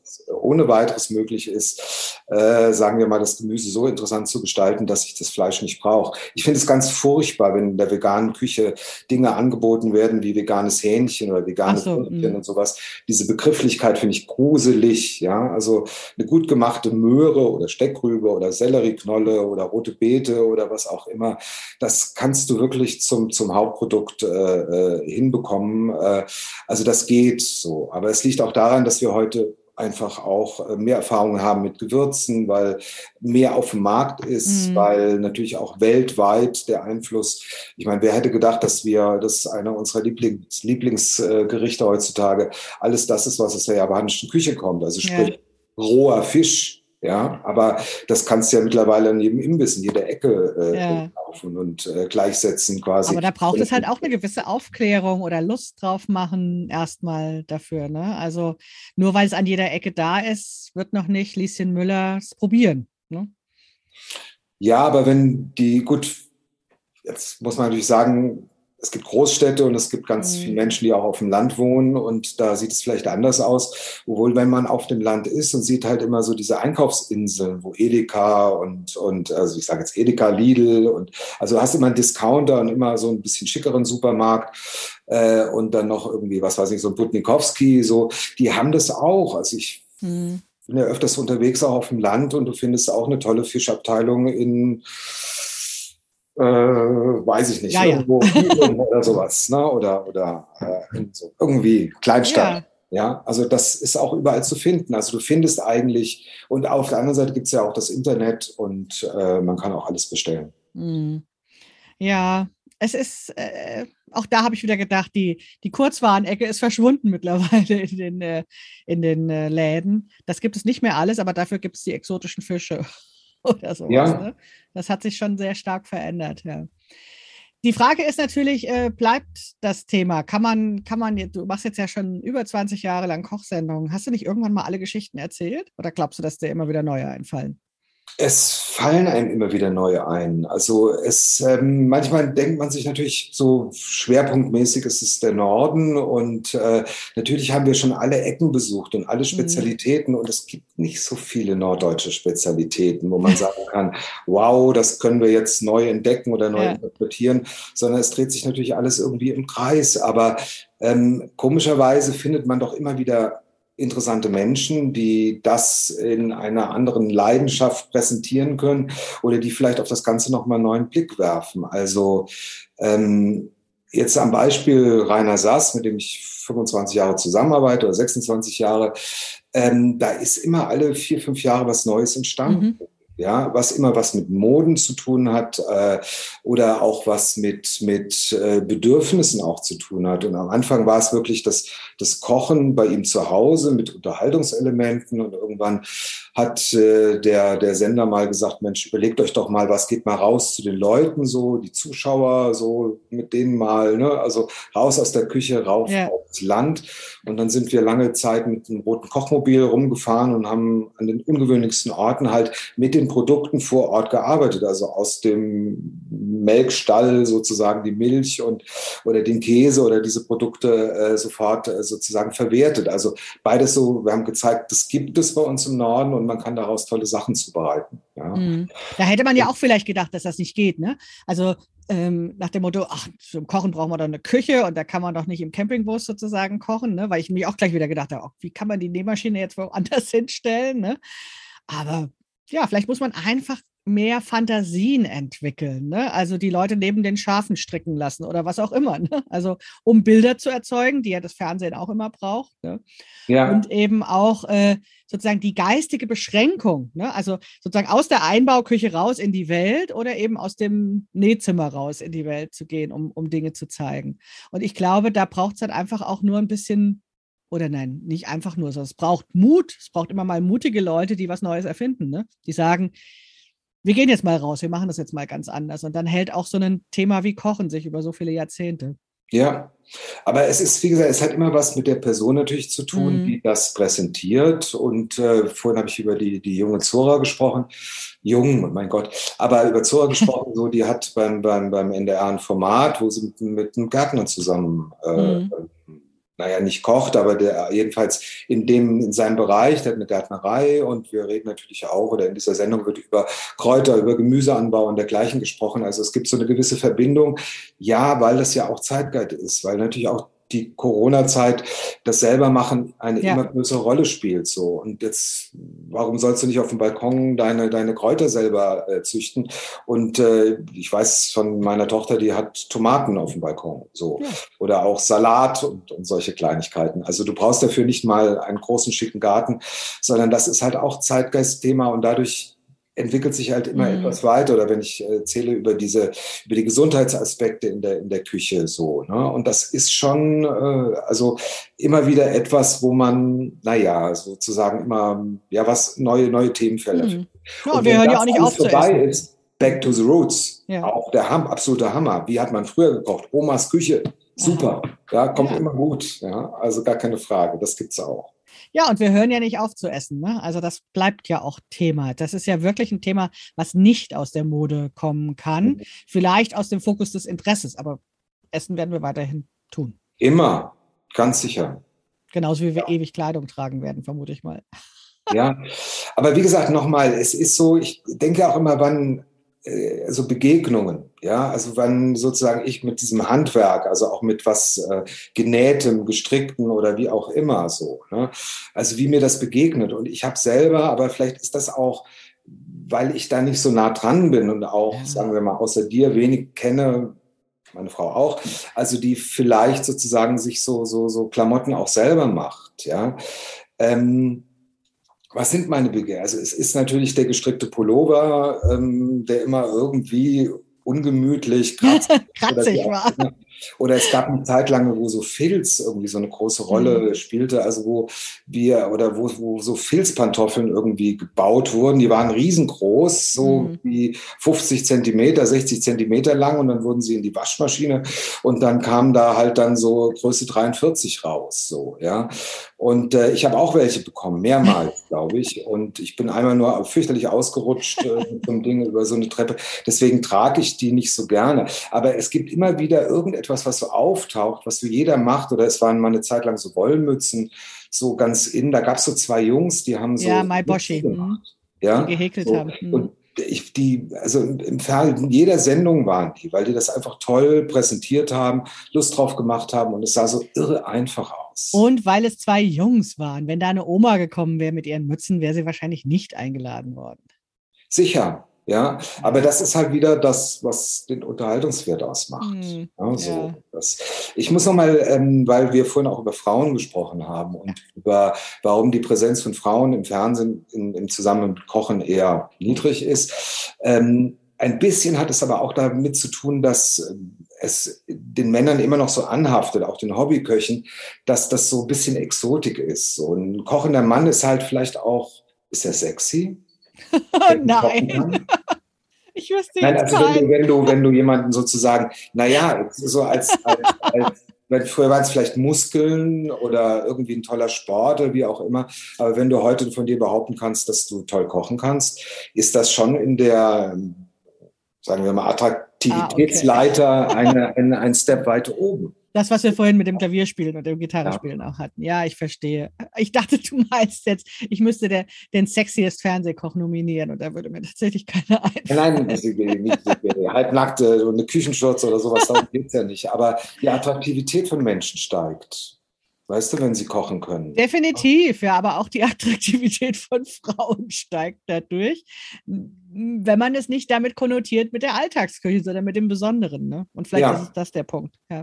ohne weiteres möglich ist, sagen wir mal, das Gemüse so interessant zu gestalten, dass ich das Fleisch nicht brauche. Ich finde es ganz furchtbar, wenn in der veganen Küche Dinge angeboten werden wie veganes Hähnchen oder Ach vegane so, Würstchen und sowas. Diese Begrifflichkeit finde ich gruselig. Ja, also eine gut gemachte Möhre oder Steckrübe oder Sellerieknolle oder rote Beete oder was auch immer, das kannst du wirklich zum Hauptprodukt hinbekommen. Also das geht so. Aber es liegt auch daran, dass wir heute einfach auch mehr Erfahrungen haben mit Gewürzen, weil mehr auf dem Markt ist, weil natürlich auch weltweit der Einfluss, ich meine, wer hätte gedacht, das ist einer unserer Lieblingsgerichte heutzutage, alles das ist, was aus der japanischen Küche kommt, also sprich roher Fisch. Ja, aber das kannst du ja mittlerweile in jedem Imbiss, in jeder Ecke kaufen und gleichsetzen quasi. Aber da braucht es halt auch eine gewisse Aufklärung oder Lust drauf machen erstmal dafür. Ne? Also nur weil es an jeder Ecke da ist, wird noch nicht Lieschen Müller es probieren. Ne? Ja, aber gut, jetzt muss man natürlich sagen, es gibt Großstädte und es gibt ganz viele Menschen, die auch auf dem Land wohnen und da sieht es vielleicht anders aus. Obwohl, wenn man auf dem Land ist und sieht halt immer so diese Einkaufsinseln, wo Edeka und also ich sage jetzt Edeka, Lidl und also du hast immer einen Discounter und immer so ein bisschen schickeren Supermarkt und dann noch irgendwie, was weiß ich, so ein Butnikowski, so, die haben das auch. Also ich bin ja öfters unterwegs auch auf dem Land und du findest auch eine tolle Fischabteilung in weiß ich nicht, irgendwo oder sowas, ne? Oder so, irgendwie Kleinstadt. Ja, also das ist auch überall zu finden. Also du findest eigentlich, und auf der anderen Seite gibt es ja auch das Internet und man kann auch alles bestellen. Ja, es ist, auch da habe ich wieder gedacht, die Kurzwarenecke ist verschwunden mittlerweile in den Läden. Das gibt es nicht mehr alles, aber dafür gibt es die exotischen Fische oder sowas. Ja. Ne? Das hat sich schon sehr stark verändert, ja. Die Frage ist natürlich, bleibt das Thema? Du machst jetzt ja schon über 20 Jahre lang Kochsendungen. Hast du nicht irgendwann mal alle Geschichten erzählt? Oder glaubst du, dass dir immer wieder neue einfallen? Es fallen einem immer wieder neue ein. Also manchmal denkt man sich natürlich so schwerpunktmäßig, es ist der Norden und natürlich haben wir schon alle Ecken besucht und alle Spezialitäten und es gibt nicht so viele norddeutsche Spezialitäten, wo man sagen kann, wow, das können wir jetzt neu entdecken oder neu interpretieren, sondern es dreht sich natürlich alles irgendwie im Kreis. Aber komischerweise findet man doch immer wieder interessante Menschen, die das in einer anderen Leidenschaft präsentieren können oder die vielleicht auf das Ganze nochmal einen neuen Blick werfen. Also jetzt am Beispiel Rainer Sass, mit dem ich 25 Jahre zusammenarbeite oder 26 Jahre, da ist immer alle 4, 5 Jahre was Neues entstanden. Ja, was immer was mit Moden zu tun hat oder auch was mit Bedürfnissen auch zu tun hat. Und am Anfang war es wirklich das Kochen bei ihm zu Hause mit Unterhaltungselementen und irgendwann hat der Sender mal gesagt, Mensch, überlegt euch doch mal, was geht mal raus zu den Leuten, so die Zuschauer, so mit denen mal, ne? Also raus aus der Küche, rauf aufs Land. Und dann sind wir lange Zeit mit einem roten Kochmobil rumgefahren und haben an den ungewöhnlichsten Orten halt mit den Produkten vor Ort gearbeitet, also aus dem Melkstall sozusagen die Milch oder den Käse oder diese Produkte sofort sozusagen verwertet. Also beides so, wir haben gezeigt, das gibt es bei uns im Norden und man kann daraus tolle Sachen zubereiten. Ja. Da hätte man ja auch vielleicht gedacht, dass das nicht geht, ne? Also nach dem Motto, ach, zum Kochen braucht man doch eine Küche und da kann man doch nicht im Campingbus sozusagen kochen, ne? Weil ich mir auch gleich wieder gedacht habe, oh, wie kann man die Nähmaschine jetzt woanders hinstellen, ne? Aber ja, vielleicht muss man einfach mehr Fantasien entwickeln, ne? Also die Leute neben den Schafen stricken lassen oder was auch immer, ne? Also um Bilder zu erzeugen, die ja das Fernsehen auch immer braucht, ne? Ja. Und eben auch sozusagen die geistige Beschränkung, ne? Also sozusagen aus der Einbauküche raus in die Welt oder eben aus dem Nähzimmer raus in die Welt zu gehen, um Dinge zu zeigen. Und ich glaube, da braucht es dann einfach auch nur ein bisschen, oder nein, nicht einfach nur, sondern es braucht Mut. Es braucht immer mal mutige Leute, die was Neues erfinden, ne? Die sagen, wir gehen jetzt mal raus, wir machen das jetzt mal ganz anders. Und dann hält auch so ein Thema wie Kochen sich über so viele Jahrzehnte. Ja, aber es ist, wie gesagt, es hat immer was mit der Person natürlich zu tun, die das präsentiert. Und vorhin habe ich über die junge Zora gesprochen. Jung, mein Gott. Aber über Zora gesprochen, so, die hat beim NDR ein Format, wo sie mit einem Gärtner zusammen naja, nicht kocht, aber der jedenfalls in seinem Bereich, der hat eine Gärtnerei und wir reden natürlich auch, oder in dieser Sendung wird über Kräuter, über Gemüseanbau und dergleichen gesprochen. Also es gibt so eine gewisse Verbindung. Ja, weil das ja auch Zeitgeist ist, weil natürlich auch die Corona-Zeit, das Selbermachen eine Ja. immer größere Rolle spielt. So. Und jetzt, warum sollst du nicht auf dem Balkon deine Kräuter selber züchten? Und ich weiß von meiner Tochter, die hat Tomaten auf dem Balkon. So. Ja. Oder auch Salat und solche Kleinigkeiten. Also du brauchst dafür nicht mal einen großen, schicken Garten, sondern das ist halt auch Zeitgeistthema und dadurch entwickelt sich halt immer etwas weiter. Oder wenn ich erzähle über die Gesundheitsaspekte in der Küche so. Ne? Und das ist schon also immer wieder etwas, wo man, naja, sozusagen immer ja was neue Themenfelder findet. Ja, Und wir wenn hören ja das auch nicht alles auf zu vorbei essen. ist, back to the roots. Ja. Auch der absolute Hammer. Wie hat man früher gekocht? Omas Küche. Super. Ja, kommt immer gut. Ja, also gar keine Frage. Das gibt's auch. Ja, und wir hören ja nicht auf zu essen. Ne? Also das bleibt ja auch Thema. Das ist ja wirklich ein Thema, was nicht aus der Mode kommen kann. Vielleicht aus dem Fokus des Interesses, aber Essen werden wir weiterhin tun. Immer. Ganz sicher. Genauso wie wir ewig Kleidung tragen werden, vermute ich mal. Ja, aber wie gesagt, nochmal, es ist so, ich denke auch immer, wann so Begegnungen, ja, also wann sozusagen ich mit diesem Handwerk, also auch mit was Genähtem, Gestrickten oder wie auch immer so, ne? Also wie mir das begegnet und ich habe selber, aber vielleicht ist das auch, weil ich da nicht so nah dran bin und auch, sagen wir mal, außer dir wenig kenne, meine Frau auch, also die vielleicht sozusagen sich so Klamotten auch selber macht, ja. Was sind meine Begehren? Also es ist natürlich der gestrickte Pullover, der immer irgendwie ungemütlich, kratzig war. Oder es gab eine Zeit lang, wo so Filz irgendwie so eine große Rolle spielte, also wo so Filzpantoffeln irgendwie gebaut wurden. Die waren riesengroß, so wie 50 Zentimeter, 60 Zentimeter lang und dann wurden sie in die Waschmaschine und dann kam da halt dann so Größe 43 raus, so, ja. Und ich habe auch welche bekommen, mehrmals, glaube ich. Und ich bin einmal nur fürchterlich ausgerutscht mit so einem Ding über so eine Treppe. Deswegen trage ich die nicht so gerne. Aber es gibt immer wieder irgendetwas, was so auftaucht, was so jeder macht. Oder es waren mal eine Zeit lang so Wollmützen, so ganz innen. Da gab es so zwei Jungs, die haben so Maiboshi gemacht. Ja, die gehäkelt so. haben. Und also im Fernsehen, in jeder Sendung waren die, weil die das einfach toll präsentiert haben, Lust drauf gemacht haben und es sah so irre einfach aus. Und weil es zwei Jungs waren. Wenn da eine Oma gekommen wäre mit ihren Mützen, wäre sie wahrscheinlich nicht eingeladen worden. Sicher, ja. Aber das ist halt wieder das, was den Unterhaltungswert ausmacht. Ja, so. Ja. Ich muss nochmal, weil wir vorhin auch über Frauen gesprochen haben und über, warum die Präsenz von Frauen im Fernsehen im Zusammenhang mit Kochen eher niedrig ist. Ein bisschen hat es aber auch damit zu tun, dass es den Männern immer noch so anhaftet, auch den Hobbyköchen, dass das so ein bisschen Exotik ist. So ein kochender Mann ist halt vielleicht auch, ist er sexy? Nein. Ich wüsste Nein, jetzt also wenn du jemanden sozusagen, naja, so früher waren es vielleicht Muskeln oder irgendwie ein toller Sport oder wie auch immer, aber wenn du heute von dir behaupten kannst, dass du toll kochen kannst, ist das schon in der, sagen wir mal, Attraktivitätsleiter ein Step weiter oben. Das, was wir vorhin mit dem Klavierspielen und dem Gitarrespielen auch hatten. Ja, ich verstehe. Ich dachte, du meinst jetzt, ich müsste den sexiest Fernsehkoch nominieren und da würde mir tatsächlich keiner einfallen. Nein, nicht halbnackte und eine Küchenschürze oder sowas, darum geht es ja nicht. Aber die Attraktivität von Menschen steigt. Weißt du, wenn sie kochen können. Definitiv, ja, aber auch die Attraktivität von Frauen steigt dadurch, wenn man es nicht damit konnotiert mit der Alltagsküche, sondern mit dem Besonderen. Ne? Und vielleicht ist es das der Punkt. Ja.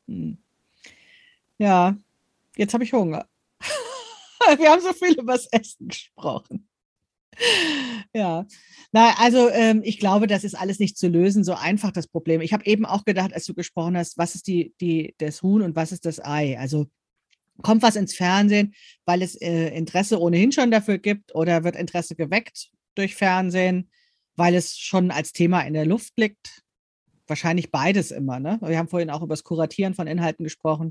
Ja, jetzt habe ich Hunger. Wir haben so viel über das Essen gesprochen. Ja, also ich glaube, das ist alles nicht zu lösen, so einfach das Problem. Ich habe eben auch gedacht, als du gesprochen hast, was ist das Huhn und was ist das Ei? Also kommt was ins Fernsehen, weil es Interesse ohnehin schon dafür gibt oder wird Interesse geweckt durch Fernsehen, weil es schon als Thema in der Luft liegt? Wahrscheinlich beides immer, ne? Wir haben vorhin auch über das Kuratieren von Inhalten gesprochen.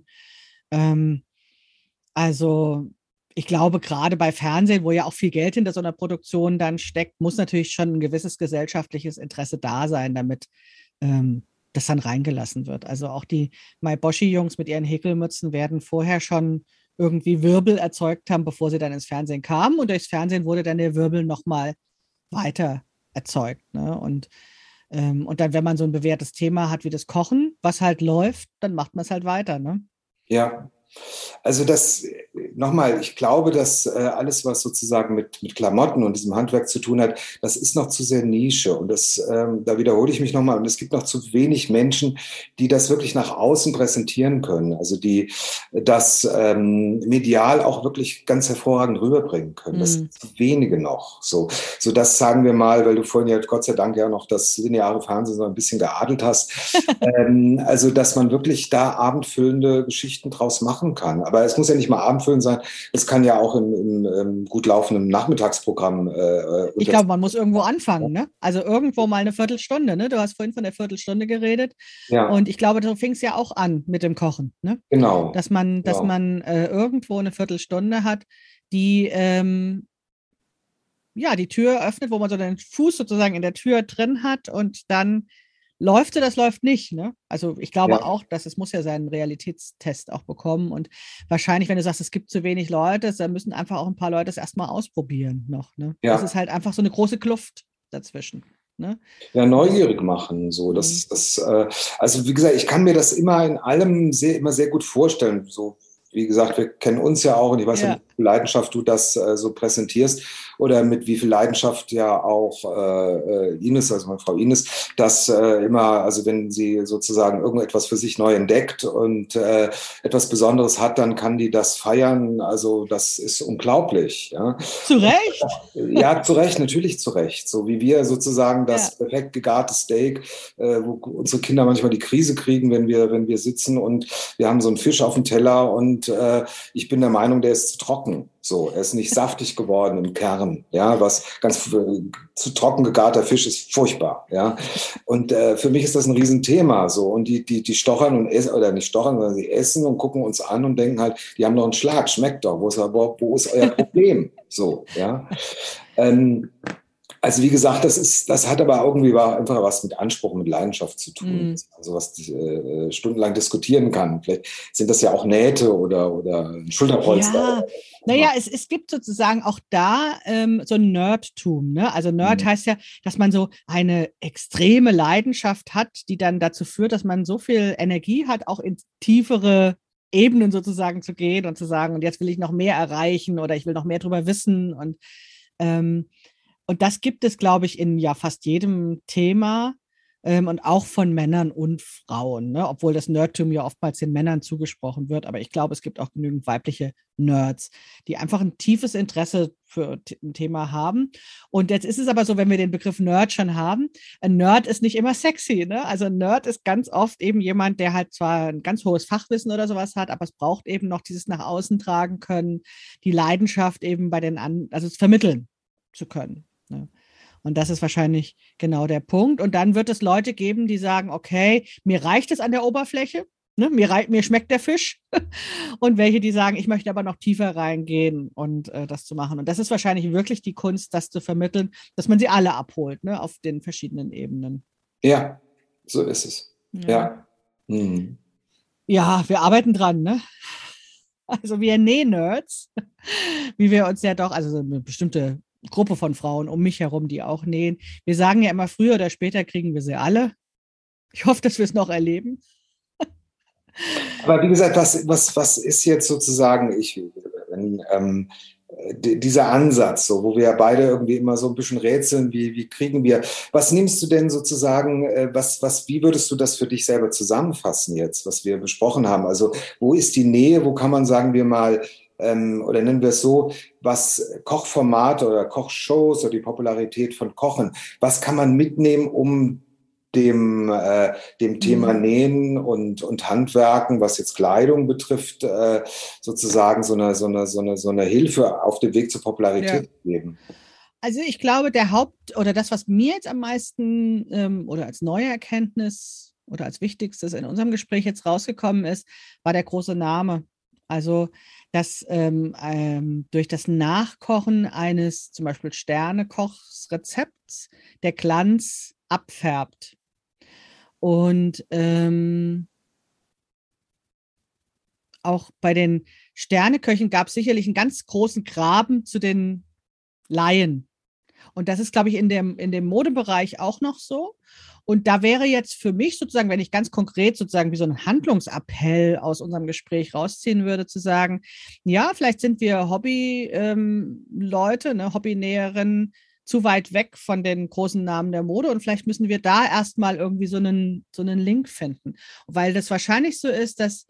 Also ich glaube, gerade bei Fernsehen, wo ja auch viel Geld hinter so einer Produktion dann steckt, muss natürlich schon ein gewisses gesellschaftliches Interesse da sein, damit das dann reingelassen wird. Also auch die Maiboshi-Jungs mit ihren Häkelmützen werden vorher schon irgendwie Wirbel erzeugt haben, bevor sie dann ins Fernsehen kamen. Und durchs Fernsehen wurde dann der Wirbel nochmal weiter erzeugt. Ne? Und dann, wenn man so ein bewährtes Thema hat wie das Kochen, was halt läuft, dann macht man es halt weiter. Ne? Ja, also das, nochmal, ich glaube, dass alles, was sozusagen mit Klamotten und diesem Handwerk zu tun hat, das ist noch zu sehr Nische. Und da wiederhole ich mich nochmal, und es gibt noch zu wenig Menschen, die das wirklich nach außen präsentieren können. Also die das medial auch wirklich ganz hervorragend rüberbringen können. Das sind zu wenige noch. So das sagen wir mal, weil du vorhin ja Gott sei Dank ja noch das lineare Fernsehen so ein bisschen geadelt hast. Also, dass man wirklich da abendfüllende Geschichten draus machen kann. Aber es muss ja nicht mal abendfüllend sein. Es kann ja auch im gut laufenden Nachmittagsprogramm. Ich glaube, man muss irgendwo anfangen. Ne? Also irgendwo mal eine Viertelstunde. Ne? Du hast vorhin von der Viertelstunde geredet. Ja. Und ich glaube, du fingst ja auch an mit dem Kochen. Ne? Genau. Dass man irgendwo eine Viertelstunde hat, die ja, die Tür öffnet, wo man so den Fuß sozusagen in der Tür drin hat und dann läuft das läuft nicht. Ne? Also ich glaube auch, dass es muss ja seinen Realitätstest auch bekommen und wahrscheinlich, wenn du sagst, es gibt zu wenig Leute, dann müssen einfach auch ein paar Leute es erstmal ausprobieren noch. Ne? Das ist halt einfach so eine große Kluft dazwischen. Ne? Ja, neugierig machen. So, also wie gesagt, ich kann mir das immer in allem immer sehr gut vorstellen. So, wie gesagt, wir kennen uns ja auch und ich weiß ja, mit wie viel Leidenschaft du das so präsentierst oder mit wie viel Leidenschaft ja auch Ines, also meine Frau Ines, das immer, also wenn sie sozusagen irgendetwas für sich neu entdeckt und etwas Besonderes hat, dann kann die das feiern. Also das ist unglaublich. Ja. Zu Recht? Ja, zu Recht, natürlich zu Recht. So wie wir sozusagen das perfekt gegarte Steak, wo unsere Kinder manchmal die Krise kriegen, wenn wir sitzen und wir haben so einen Fisch auf dem Teller und ich bin der Meinung, der ist zu trocken. So, er ist nicht saftig geworden im Kern, ja, was ganz zu trocken gegarter Fisch ist furchtbar, ja. Und für mich ist das ein Riesenthema, so. Und die stochern und essen, oder nicht stochern, sondern sie essen und gucken uns an und denken halt, die haben doch einen Schlag, schmeckt doch, wo ist euer Problem? So, ja. Also wie gesagt, das hat aber irgendwie einfach was mit Anspruch, mit Leidenschaft zu tun. Also was stundenlang diskutieren kann. Vielleicht sind das ja auch Nähte oder ein Schulterpolster. Ja, naja, es gibt sozusagen auch da so ein Nerdtum. Ne? Also Nerd heißt ja, dass man so eine extreme Leidenschaft hat, die dann dazu führt, dass man so viel Energie hat, auch in tiefere Ebenen sozusagen zu gehen und zu sagen, und jetzt will ich noch mehr erreichen oder ich will noch mehr drüber wissen. Und das gibt es, glaube ich, in ja fast jedem Thema und auch von Männern und Frauen, ne? Obwohl das Nerdtum ja oftmals den Männern zugesprochen wird. Aber ich glaube, es gibt auch genügend weibliche Nerds, die einfach ein tiefes Interesse für ein Thema haben. Und jetzt ist es aber so, wenn wir den Begriff Nerd schon haben, ein Nerd ist nicht immer sexy. Ne? Also ein Nerd ist ganz oft eben jemand, der halt zwar ein ganz hohes Fachwissen oder sowas hat, aber es braucht eben noch dieses nach außen tragen können, die Leidenschaft eben bei den anderen, also es vermitteln zu können. Ne? Und das ist wahrscheinlich genau der Punkt. Und dann wird es Leute geben, die sagen, okay, mir reicht es an der Oberfläche, ne? Mir schmeckt der Fisch. Und welche, die sagen, ich möchte aber noch tiefer reingehen und das zu machen. Und das ist wahrscheinlich wirklich die Kunst, das zu vermitteln, dass man sie alle abholt, ne? Auf den verschiedenen Ebenen. Ja, so ist es. Ja. Ja, wir arbeiten dran, ne? Also wir Näh-Nerds, wie wir uns ja doch, also so eine bestimmte Gruppe von Frauen um mich herum, die auch nähen. Wir sagen ja immer, früher oder später kriegen wir sie alle. Ich hoffe, dass wir es noch erleben. Aber wie gesagt, was ist jetzt sozusagen, dieser Ansatz, so, wo wir ja beide irgendwie immer so ein bisschen rätseln, wie kriegen wir, was nimmst du denn sozusagen, wie würdest du das für dich selber zusammenfassen jetzt, was wir besprochen haben? Also, wo ist die Nähe, wo kann man, sagen wir mal, oder nennen wir es so, was Kochformate oder Kochshows oder die Popularität von Kochen, was kann man mitnehmen, um dem Thema Nähen und Handwerken, was jetzt Kleidung betrifft, sozusagen so eine Hilfe auf dem Weg zur Popularität geben? Also ich glaube, oder das, was mir jetzt am meisten oder als neue Erkenntnis oder als Wichtigstes in unserem Gespräch jetzt rausgekommen ist, war der große Name. Also, dass durch das Nachkochen eines zum Beispiel Sternekochsrezepts der Glanz abfärbt. Und auch bei den Sterneköchen gab es sicherlich einen ganz großen Graben zu den Laien. Und das ist, glaube ich, in dem Modebereich auch noch so. Und da wäre jetzt für mich sozusagen, wenn ich ganz konkret sozusagen wie so einen Handlungsappell aus unserem Gespräch rausziehen würde, zu sagen, ja, vielleicht sind wir Hobby-Leute, ne, Hobbynäherinnen, zu weit weg von den großen Namen der Mode und vielleicht müssen wir da erstmal irgendwie so einen Link finden. Weil das wahrscheinlich so ist, dass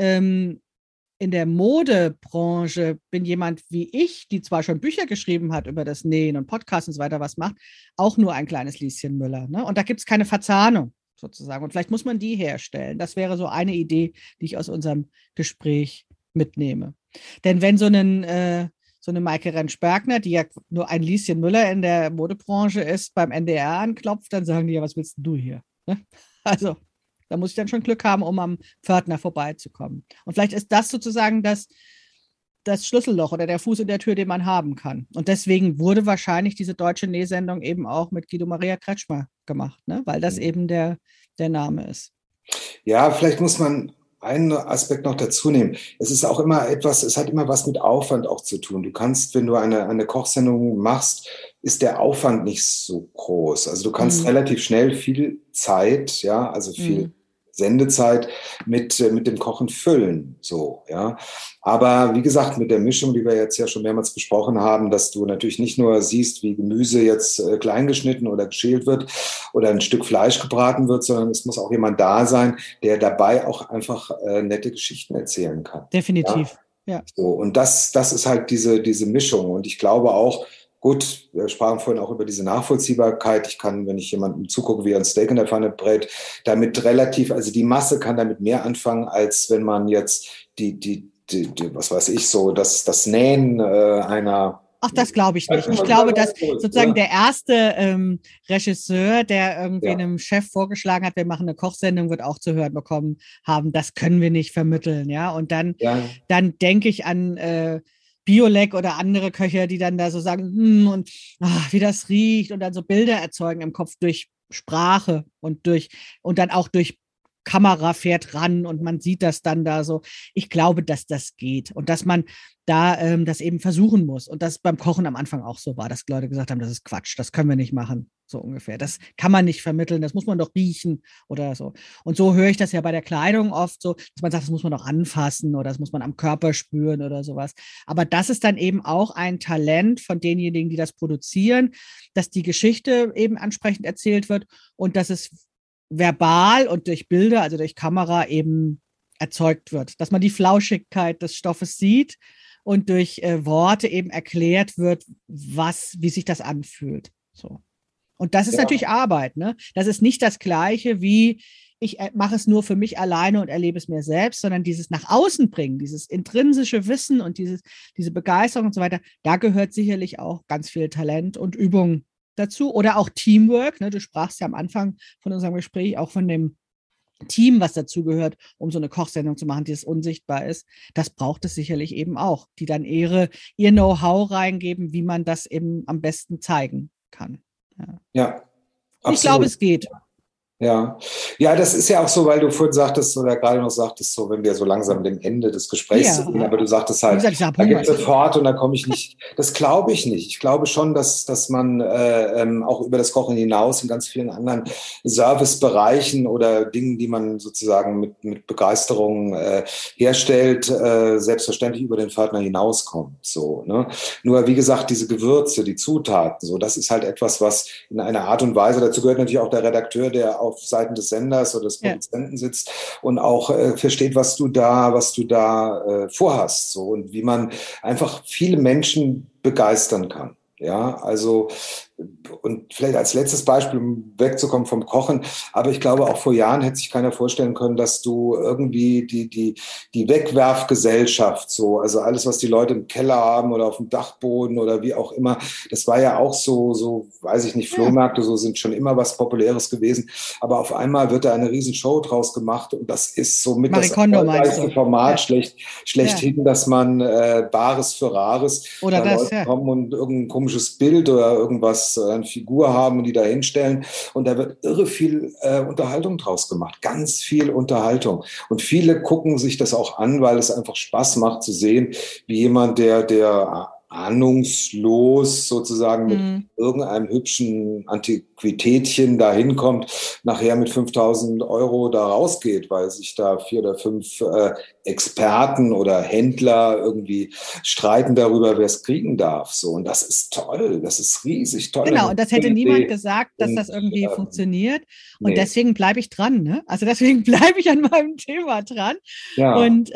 in der Modebranche bin jemand wie ich, die zwar schon Bücher geschrieben hat über das Nähen und Podcasts und so weiter, was macht, auch nur ein kleines Lieschen Müller. Ne? Und da gibt es keine Verzahnung sozusagen. Und vielleicht muss man die herstellen. Das wäre so eine Idee, die ich aus unserem Gespräch mitnehme. Denn wenn so eine Maike Rentsch-Bergner, die ja nur ein Lieschen Müller in der Modebranche ist, beim NDR anklopft, dann sagen die ja, was willst du hier? Ne? Also da muss ich dann schon Glück haben, um am Pförtner vorbeizukommen. Und vielleicht ist das sozusagen das Schlüsselloch oder der Fuß in der Tür, den man haben kann. Und deswegen wurde wahrscheinlich diese deutsche Nähsendung eben auch mit Guido Maria Kretschmer gemacht, ne? Weil das eben der Name ist. Ja, vielleicht muss man einen Aspekt noch dazu nehmen. Es hat immer was mit Aufwand auch zu tun. Du kannst, wenn du eine Kochsendung machst, ist der Aufwand nicht so groß. Also du kannst relativ schnell viel Zeit, ja, also viel Sendezeit mit dem Kochen füllen, so, ja. Aber wie gesagt, mit der Mischung, die wir jetzt ja schon mehrmals besprochen haben, dass du natürlich nicht nur siehst, wie Gemüse jetzt klein geschnitten oder geschält wird oder ein Stück Fleisch gebraten wird, sondern es muss auch jemand da sein, der dabei auch einfach nette Geschichten erzählen kann. Definitiv, ja. So, und das ist halt diese Mischung. Und ich glaube auch, gut, wir sprachen vorhin auch über diese Nachvollziehbarkeit. Ich kann, wenn ich jemandem zugucke, wie er ein Steak in der Pfanne brät, also die Masse kann damit mehr anfangen, als wenn man jetzt was weiß ich so, das Nähen einer. Ach, das glaube ich nicht. Ich glaube, dass sozusagen der erste Regisseur, der irgendwie einem Chef vorgeschlagen hat, wir machen eine Kochsendung, wird auch zu hören bekommen haben, das können wir nicht vermitteln, ja. Und dann denke ich an Biolek oder andere Köche, die dann da so sagen, wie das riecht und dann so Bilder erzeugen im Kopf durch Sprache und dann auch durch Kamera fährt ran und man sieht das dann da so. Ich glaube, dass das geht und dass man da das eben versuchen muss und das beim Kochen am Anfang auch so war, dass Leute gesagt haben, das ist Quatsch, das können wir nicht machen, so ungefähr. Das kann man nicht vermitteln, das muss man doch riechen oder so. Und so höre ich das ja bei der Kleidung oft so, dass man sagt, das muss man doch anfassen oder das muss man am Körper spüren oder sowas. Aber das ist dann eben auch ein Talent von denjenigen, die das produzieren, dass die Geschichte eben ansprechend erzählt wird und dass es verbal und durch Bilder, also durch Kamera eben erzeugt wird, dass man die Flauschigkeit des Stoffes sieht und durch Worte eben erklärt wird, wie sich das anfühlt. So. Und das ist natürlich Arbeit, ne? Das ist nicht das Gleiche wie ich mache es nur für mich alleine und erlebe es mir selbst, sondern dieses nach außen bringen, dieses intrinsische Wissen und diese Begeisterung und so weiter, da gehört sicherlich auch ganz viel Talent und Übung dazu oder auch Teamwork. Ne? Du sprachst ja am Anfang von unserem Gespräch auch von dem Team, was dazu gehört, um so eine Kochsendung zu machen, die es unsichtbar ist. Das braucht es sicherlich eben auch, die dann ihr Know-how reingeben, wie man das eben am besten zeigen kann. Ja, ich glaube, es geht. Ja, das ist ja auch so, weil du vorhin sagtest oder gerade noch sagtest, so wenn wir so langsam dem Ende des Gesprächs sind, aber du sagtest halt, da gibt es sofort und da komme ich nicht. Das glaube ich nicht. Ich glaube schon, dass man auch über das Kochen hinaus in ganz vielen anderen Servicebereichen oder Dingen, die man sozusagen mit Begeisterung herstellt, selbstverständlich über den Pförtner hinauskommt. So, ne? Nur wie gesagt, diese Gewürze, die Zutaten, so das ist halt etwas, was in einer Art und Weise, dazu gehört natürlich auch der Redakteur, der auf Seiten des Senders oder des Produzenten sitzt und auch versteht, was du da vorhast, so und wie man einfach viele Menschen begeistern kann. Ja, also und vielleicht als letztes Beispiel, um wegzukommen vom Kochen, aber ich glaube, auch vor Jahren hätte sich keiner vorstellen können, dass du irgendwie die Wegwerfgesellschaft, so, also alles, was die Leute im Keller haben oder auf dem Dachboden oder wie auch immer, das war ja auch so, weiß ich nicht, Flohmärkte, so sind schon immer was Populäres gewesen, aber auf einmal wird da eine riesen Show draus gemacht und das ist somit das erfolgreichste Format schlechthin, dass man Bares für Rares, oder da Leute kommen und irgendein komisches Bild oder irgendwas das eine Figur haben und die da hinstellen. Und da wird irre viel Unterhaltung draus gemacht, ganz viel Unterhaltung. Und viele gucken sich das auch an, weil es einfach Spaß macht zu sehen, wie jemand, der ahnungslos sozusagen mit irgendeinem hübschen Antiquitätchen da hinkommt, nachher mit 5.000 € da rausgeht, weil sich da 4 oder 5 Experten oder Händler irgendwie streiten darüber, wer es kriegen darf. So, und das ist toll, das ist riesig toll. Genau, und das hätte niemand gesagt, dass das irgendwie funktioniert. Und nee. Deswegen bleibe ich dran, ne? Also deswegen bleibe ich an meinem Thema dran. Ja. Und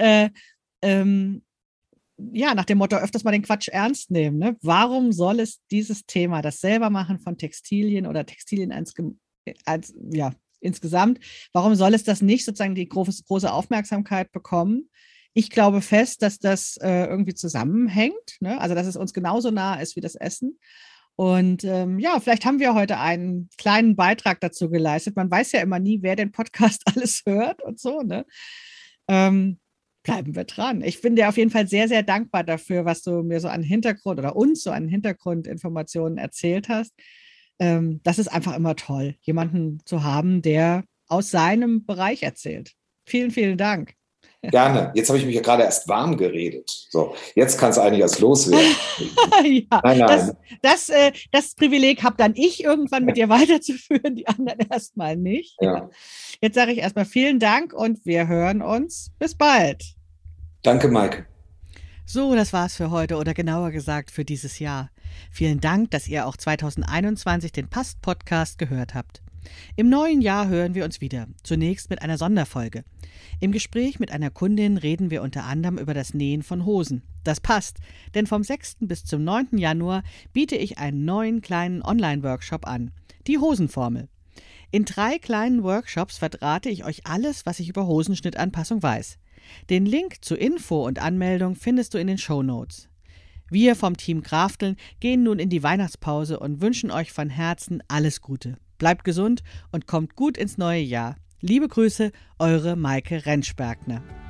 ja, nach dem Motto, öfters mal den Quatsch ernst nehmen. Ne? Warum soll es dieses Thema, das Selbermachen von Textilien oder Textilien insgesamt, warum soll es das nicht sozusagen die große Aufmerksamkeit bekommen? Ich glaube fest, dass das irgendwie zusammenhängt, ne? Also dass es uns genauso nah ist wie das Essen. Und ja, vielleicht haben wir heute einen kleinen Beitrag dazu geleistet. Man weiß ja immer nie, wer den Podcast alles hört und so, ne? Bleiben wir dran. Ich bin dir auf jeden Fall sehr, sehr dankbar dafür, was du mir so an Hintergrund oder uns so an Hintergrundinformationen erzählt hast. Das ist einfach immer toll, jemanden zu haben, der aus seinem Bereich erzählt. Vielen, vielen Dank. Gerne. Jetzt habe ich mich ja gerade erst warm geredet. So, jetzt kann es eigentlich erst loswerden. Ja, nein. Das Privileg habe dann ich irgendwann mit dir weiterzuführen, die anderen erstmal nicht. Ja. Jetzt sage ich erstmal vielen Dank und wir hören uns. Bis bald. Danke, Maike. So, das war's für heute oder genauer gesagt für dieses Jahr. Vielen Dank, dass ihr auch 2021 den Past-Podcast gehört habt. Im neuen Jahr hören wir uns wieder, zunächst mit einer Sonderfolge. Im Gespräch mit einer Kundin reden wir unter anderem über das Nähen von Hosen. Das passt, denn vom 6. bis zum 9. Januar biete ich einen neuen kleinen Online-Workshop an, die Hosenformel. In 3 kleinen Workshops verrate ich euch alles, was ich über Hosenschnittanpassung weiß. Den Link zur Info und Anmeldung findest du in den Shownotes. Wir vom Team Krafteln gehen nun in die Weihnachtspause und wünschen euch von Herzen alles Gute. Bleibt gesund und kommt gut ins neue Jahr. Liebe Grüße, eure Maike Rentschbergner.